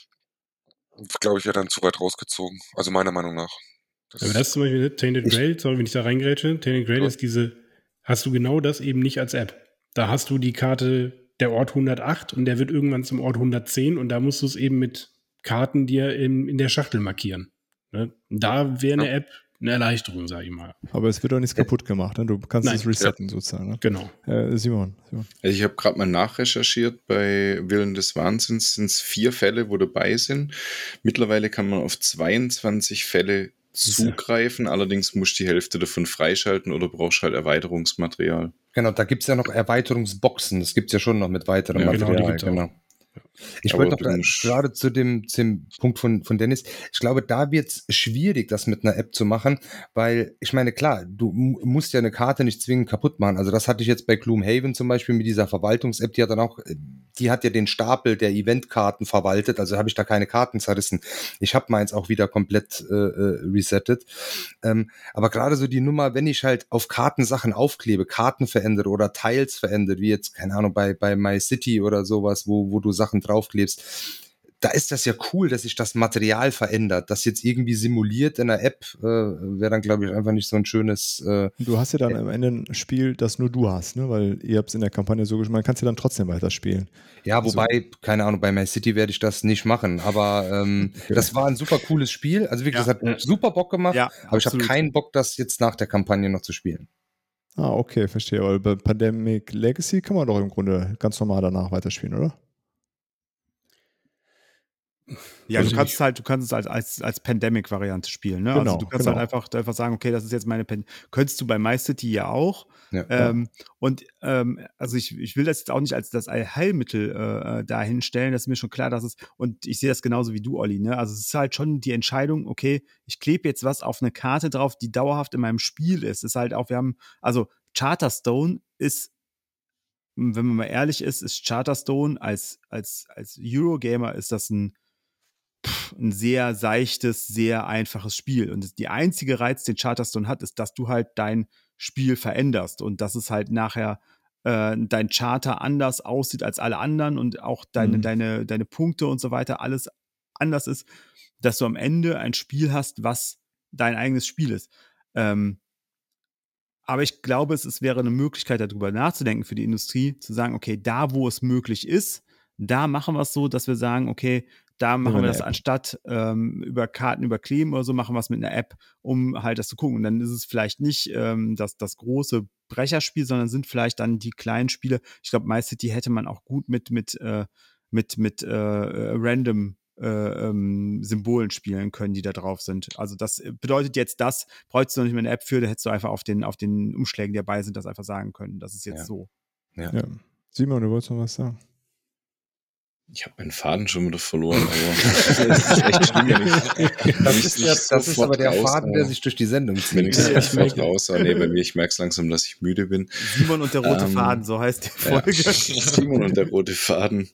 glaube ich, wäre dann zu weit rausgezogen. Also meiner Meinung nach. Aber das ist zum Beispiel Tainted Grail, sorry, wenn ich da reingrätsche. Tainted Grail ist hast du genau das eben nicht als App. Da hast du die Karte der Ort 108 und der wird irgendwann zum Ort 110 und da musst du es eben mit Karten dir in der Schachtel markieren. Ne? Da wäre eine App eine Erleichterung, sage ich mal. Aber es wird doch nichts kaputt gemacht, ne? Du kannst es resetten sozusagen. Ne? Genau. Simon. Also ich habe gerade mal nachrecherchiert, bei Willen des Wahnsinns sind es 4 Fälle, wo dabei sind. Mittlerweile kann man auf 22 Fälle zugreifen, allerdings musst du die Hälfte davon freischalten oder brauchst halt Erweiterungsmaterial. Genau, da gibt es ja noch Erweiterungsboxen. Das gibt es ja schon noch mit weiterem Ja, genau, die Material. gibt's auch. Ich Aber wollte noch gerade zu dem Punkt von Dennis, ich glaube, da wird es schwierig, das mit einer App zu machen, weil ich meine, klar, du musst ja eine Karte nicht zwingend kaputt machen. Also das hatte ich jetzt bei Gloomhaven zum Beispiel mit dieser Verwaltungs-App, die hat ja den Stapel der Eventkarten verwaltet, also habe ich da keine Karten zerrissen. Ich habe meins auch wieder komplett resettet. Aber gerade so die Nummer, wenn ich halt auf Karten Sachen aufklebe, Karten verändere oder Tiles verändere, wie jetzt, keine Ahnung, bei My City oder sowas, wo du Sachen draufklebst, da ist das ja cool, dass sich das Material verändert. Das jetzt irgendwie simuliert in der App wäre dann, glaube ich, einfach nicht so ein schönes... Du hast ja dann am Ende ein Spiel, das nur du hast, ne? Weil ihr habt es in der Kampagne so gemacht, man kann es ja dann trotzdem weiterspielen. Ja, wobei, keine Ahnung, bei My City werde ich das nicht machen, aber das war ein super cooles Spiel. Also wirklich, das hat super Bock gemacht, aber ich habe keinen Bock, das jetzt nach der Kampagne noch zu spielen. Ah, okay, verstehe. Aber bei Pandemic Legacy kann man doch im Grunde ganz normal danach weiterspielen, oder? Ja, du kannst es halt als Pandemic-Variante spielen. Ne? Genau, also du kannst halt einfach sagen, okay, das ist jetzt meine könntest du bei My City ja auch. Ja. Also ich will das jetzt auch nicht als das Allheilmittel dahin stellen, das ist mir schon klar, dass es, und ich sehe das genauso wie du, Olli, ne? Also es ist halt schon die Entscheidung, okay, ich klebe jetzt was auf eine Karte drauf, die dauerhaft in meinem Spiel ist. Es ist halt auch, also Charterstone ist, wenn man mal ehrlich ist Charterstone als Eurogamer ist das ein sehr seichtes, sehr einfaches Spiel. Und die einzige Reiz, den Charterstone hat, ist, dass du halt dein Spiel veränderst und dass es halt nachher dein Charter anders aussieht als alle anderen und auch deine Punkte und so weiter alles anders ist, dass du am Ende ein Spiel hast, was dein eigenes Spiel ist. Aber ich glaube, es wäre eine Möglichkeit, darüber nachzudenken für die Industrie, zu sagen, okay, da, wo es möglich ist, da machen wir es so, dass wir sagen, okay, Da machen wir eine das App. anstatt über Karten überkleben oder so, machen wir es mit einer App, um halt das zu gucken. Und dann ist es vielleicht nicht das große Brecherspiel, sondern sind vielleicht dann die kleinen Spiele. Ich glaube, My City hätte man auch gut mit random Symbolen spielen können, die da drauf sind. Also das bedeutet jetzt, das bräuchtest du noch nicht mehr eine App für, da hättest du einfach auf den Umschlägen, die dabei sind, das einfach sagen können. Das ist jetzt so. Ja. Simon, du wolltest noch was sagen? Ich habe meinen Faden schon wieder verloren, aber das ist echt schlimm. Das ist aber der Faden, der sich durch die Sendung zieht. Wenn ich sofort raus nee, bei mir, ich merke es langsam, dass ich müde bin. Simon und der rote Faden, so heißt die Folge. Ja. Simon und der rote Faden.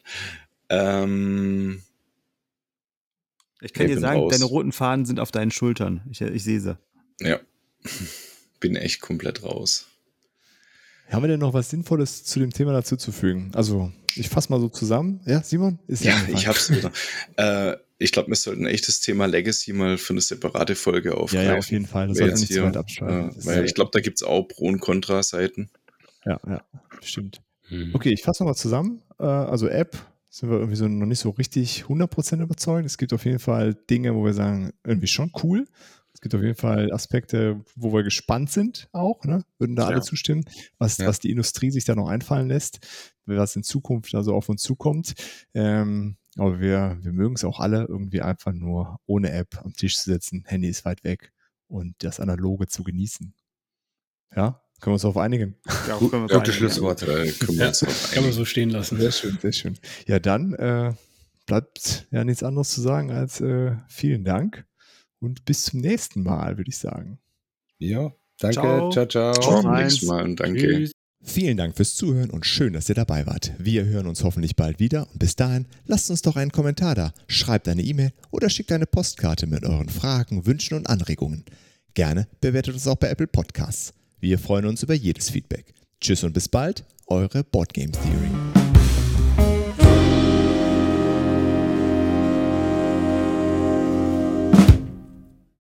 Ich kann dir sagen, deine roten Fahnen sind auf deinen Schultern. Ich sehe sie. Ja, bin echt komplett raus. Haben wir denn noch was Sinnvolles zu dem Thema dazu zu fügen? Also, ich fasse mal so zusammen. Ja, Simon? Ich hab's wieder. Ich glaube, wir sollten echt das Thema Legacy mal für eine separate Folge aufgreifen. Ja, auf jeden Fall. Das sollten wir nicht zu weit abschreiben. Weil ich glaube, da gibt es auch Pro- und Kontra-Seiten. Ja, stimmt. Okay, ich fasse nochmal zusammen. Also App sind wir irgendwie so noch nicht so richtig 100% überzeugt. Es gibt auf jeden Fall Dinge, wo wir sagen, irgendwie schon cool. Es gibt auf jeden Fall Aspekte, wo wir gespannt sind auch, ne? Würden da alle zustimmen, was die Industrie sich da noch einfallen lässt, was in Zukunft also auf uns zukommt. Aber wir mögen es auch alle, irgendwie einfach nur ohne App am Tisch zu sitzen, Handy ist weit weg und das Analoge zu genießen. Ja, können wir uns darauf einigen? Ja, gute Schlussworte. Kann man so stehen lassen. Sehr schön, sehr schön. Ja, dann bleibt ja nichts anderes zu sagen als vielen Dank und bis zum nächsten Mal, würde ich sagen. Ja, danke. Ciao. Bis zum nächsten Mal und danke. Tschüss. Vielen Dank fürs Zuhören und schön, dass ihr dabei wart. Wir hören uns hoffentlich bald wieder und bis dahin lasst uns doch einen Kommentar da, schreibt eine E-Mail oder schickt eine Postkarte mit euren Fragen, Wünschen und Anregungen. Gerne bewertet uns auch bei Apple Podcasts. Wir freuen uns über jedes Feedback. Tschüss und bis bald, eure Board Game Theory.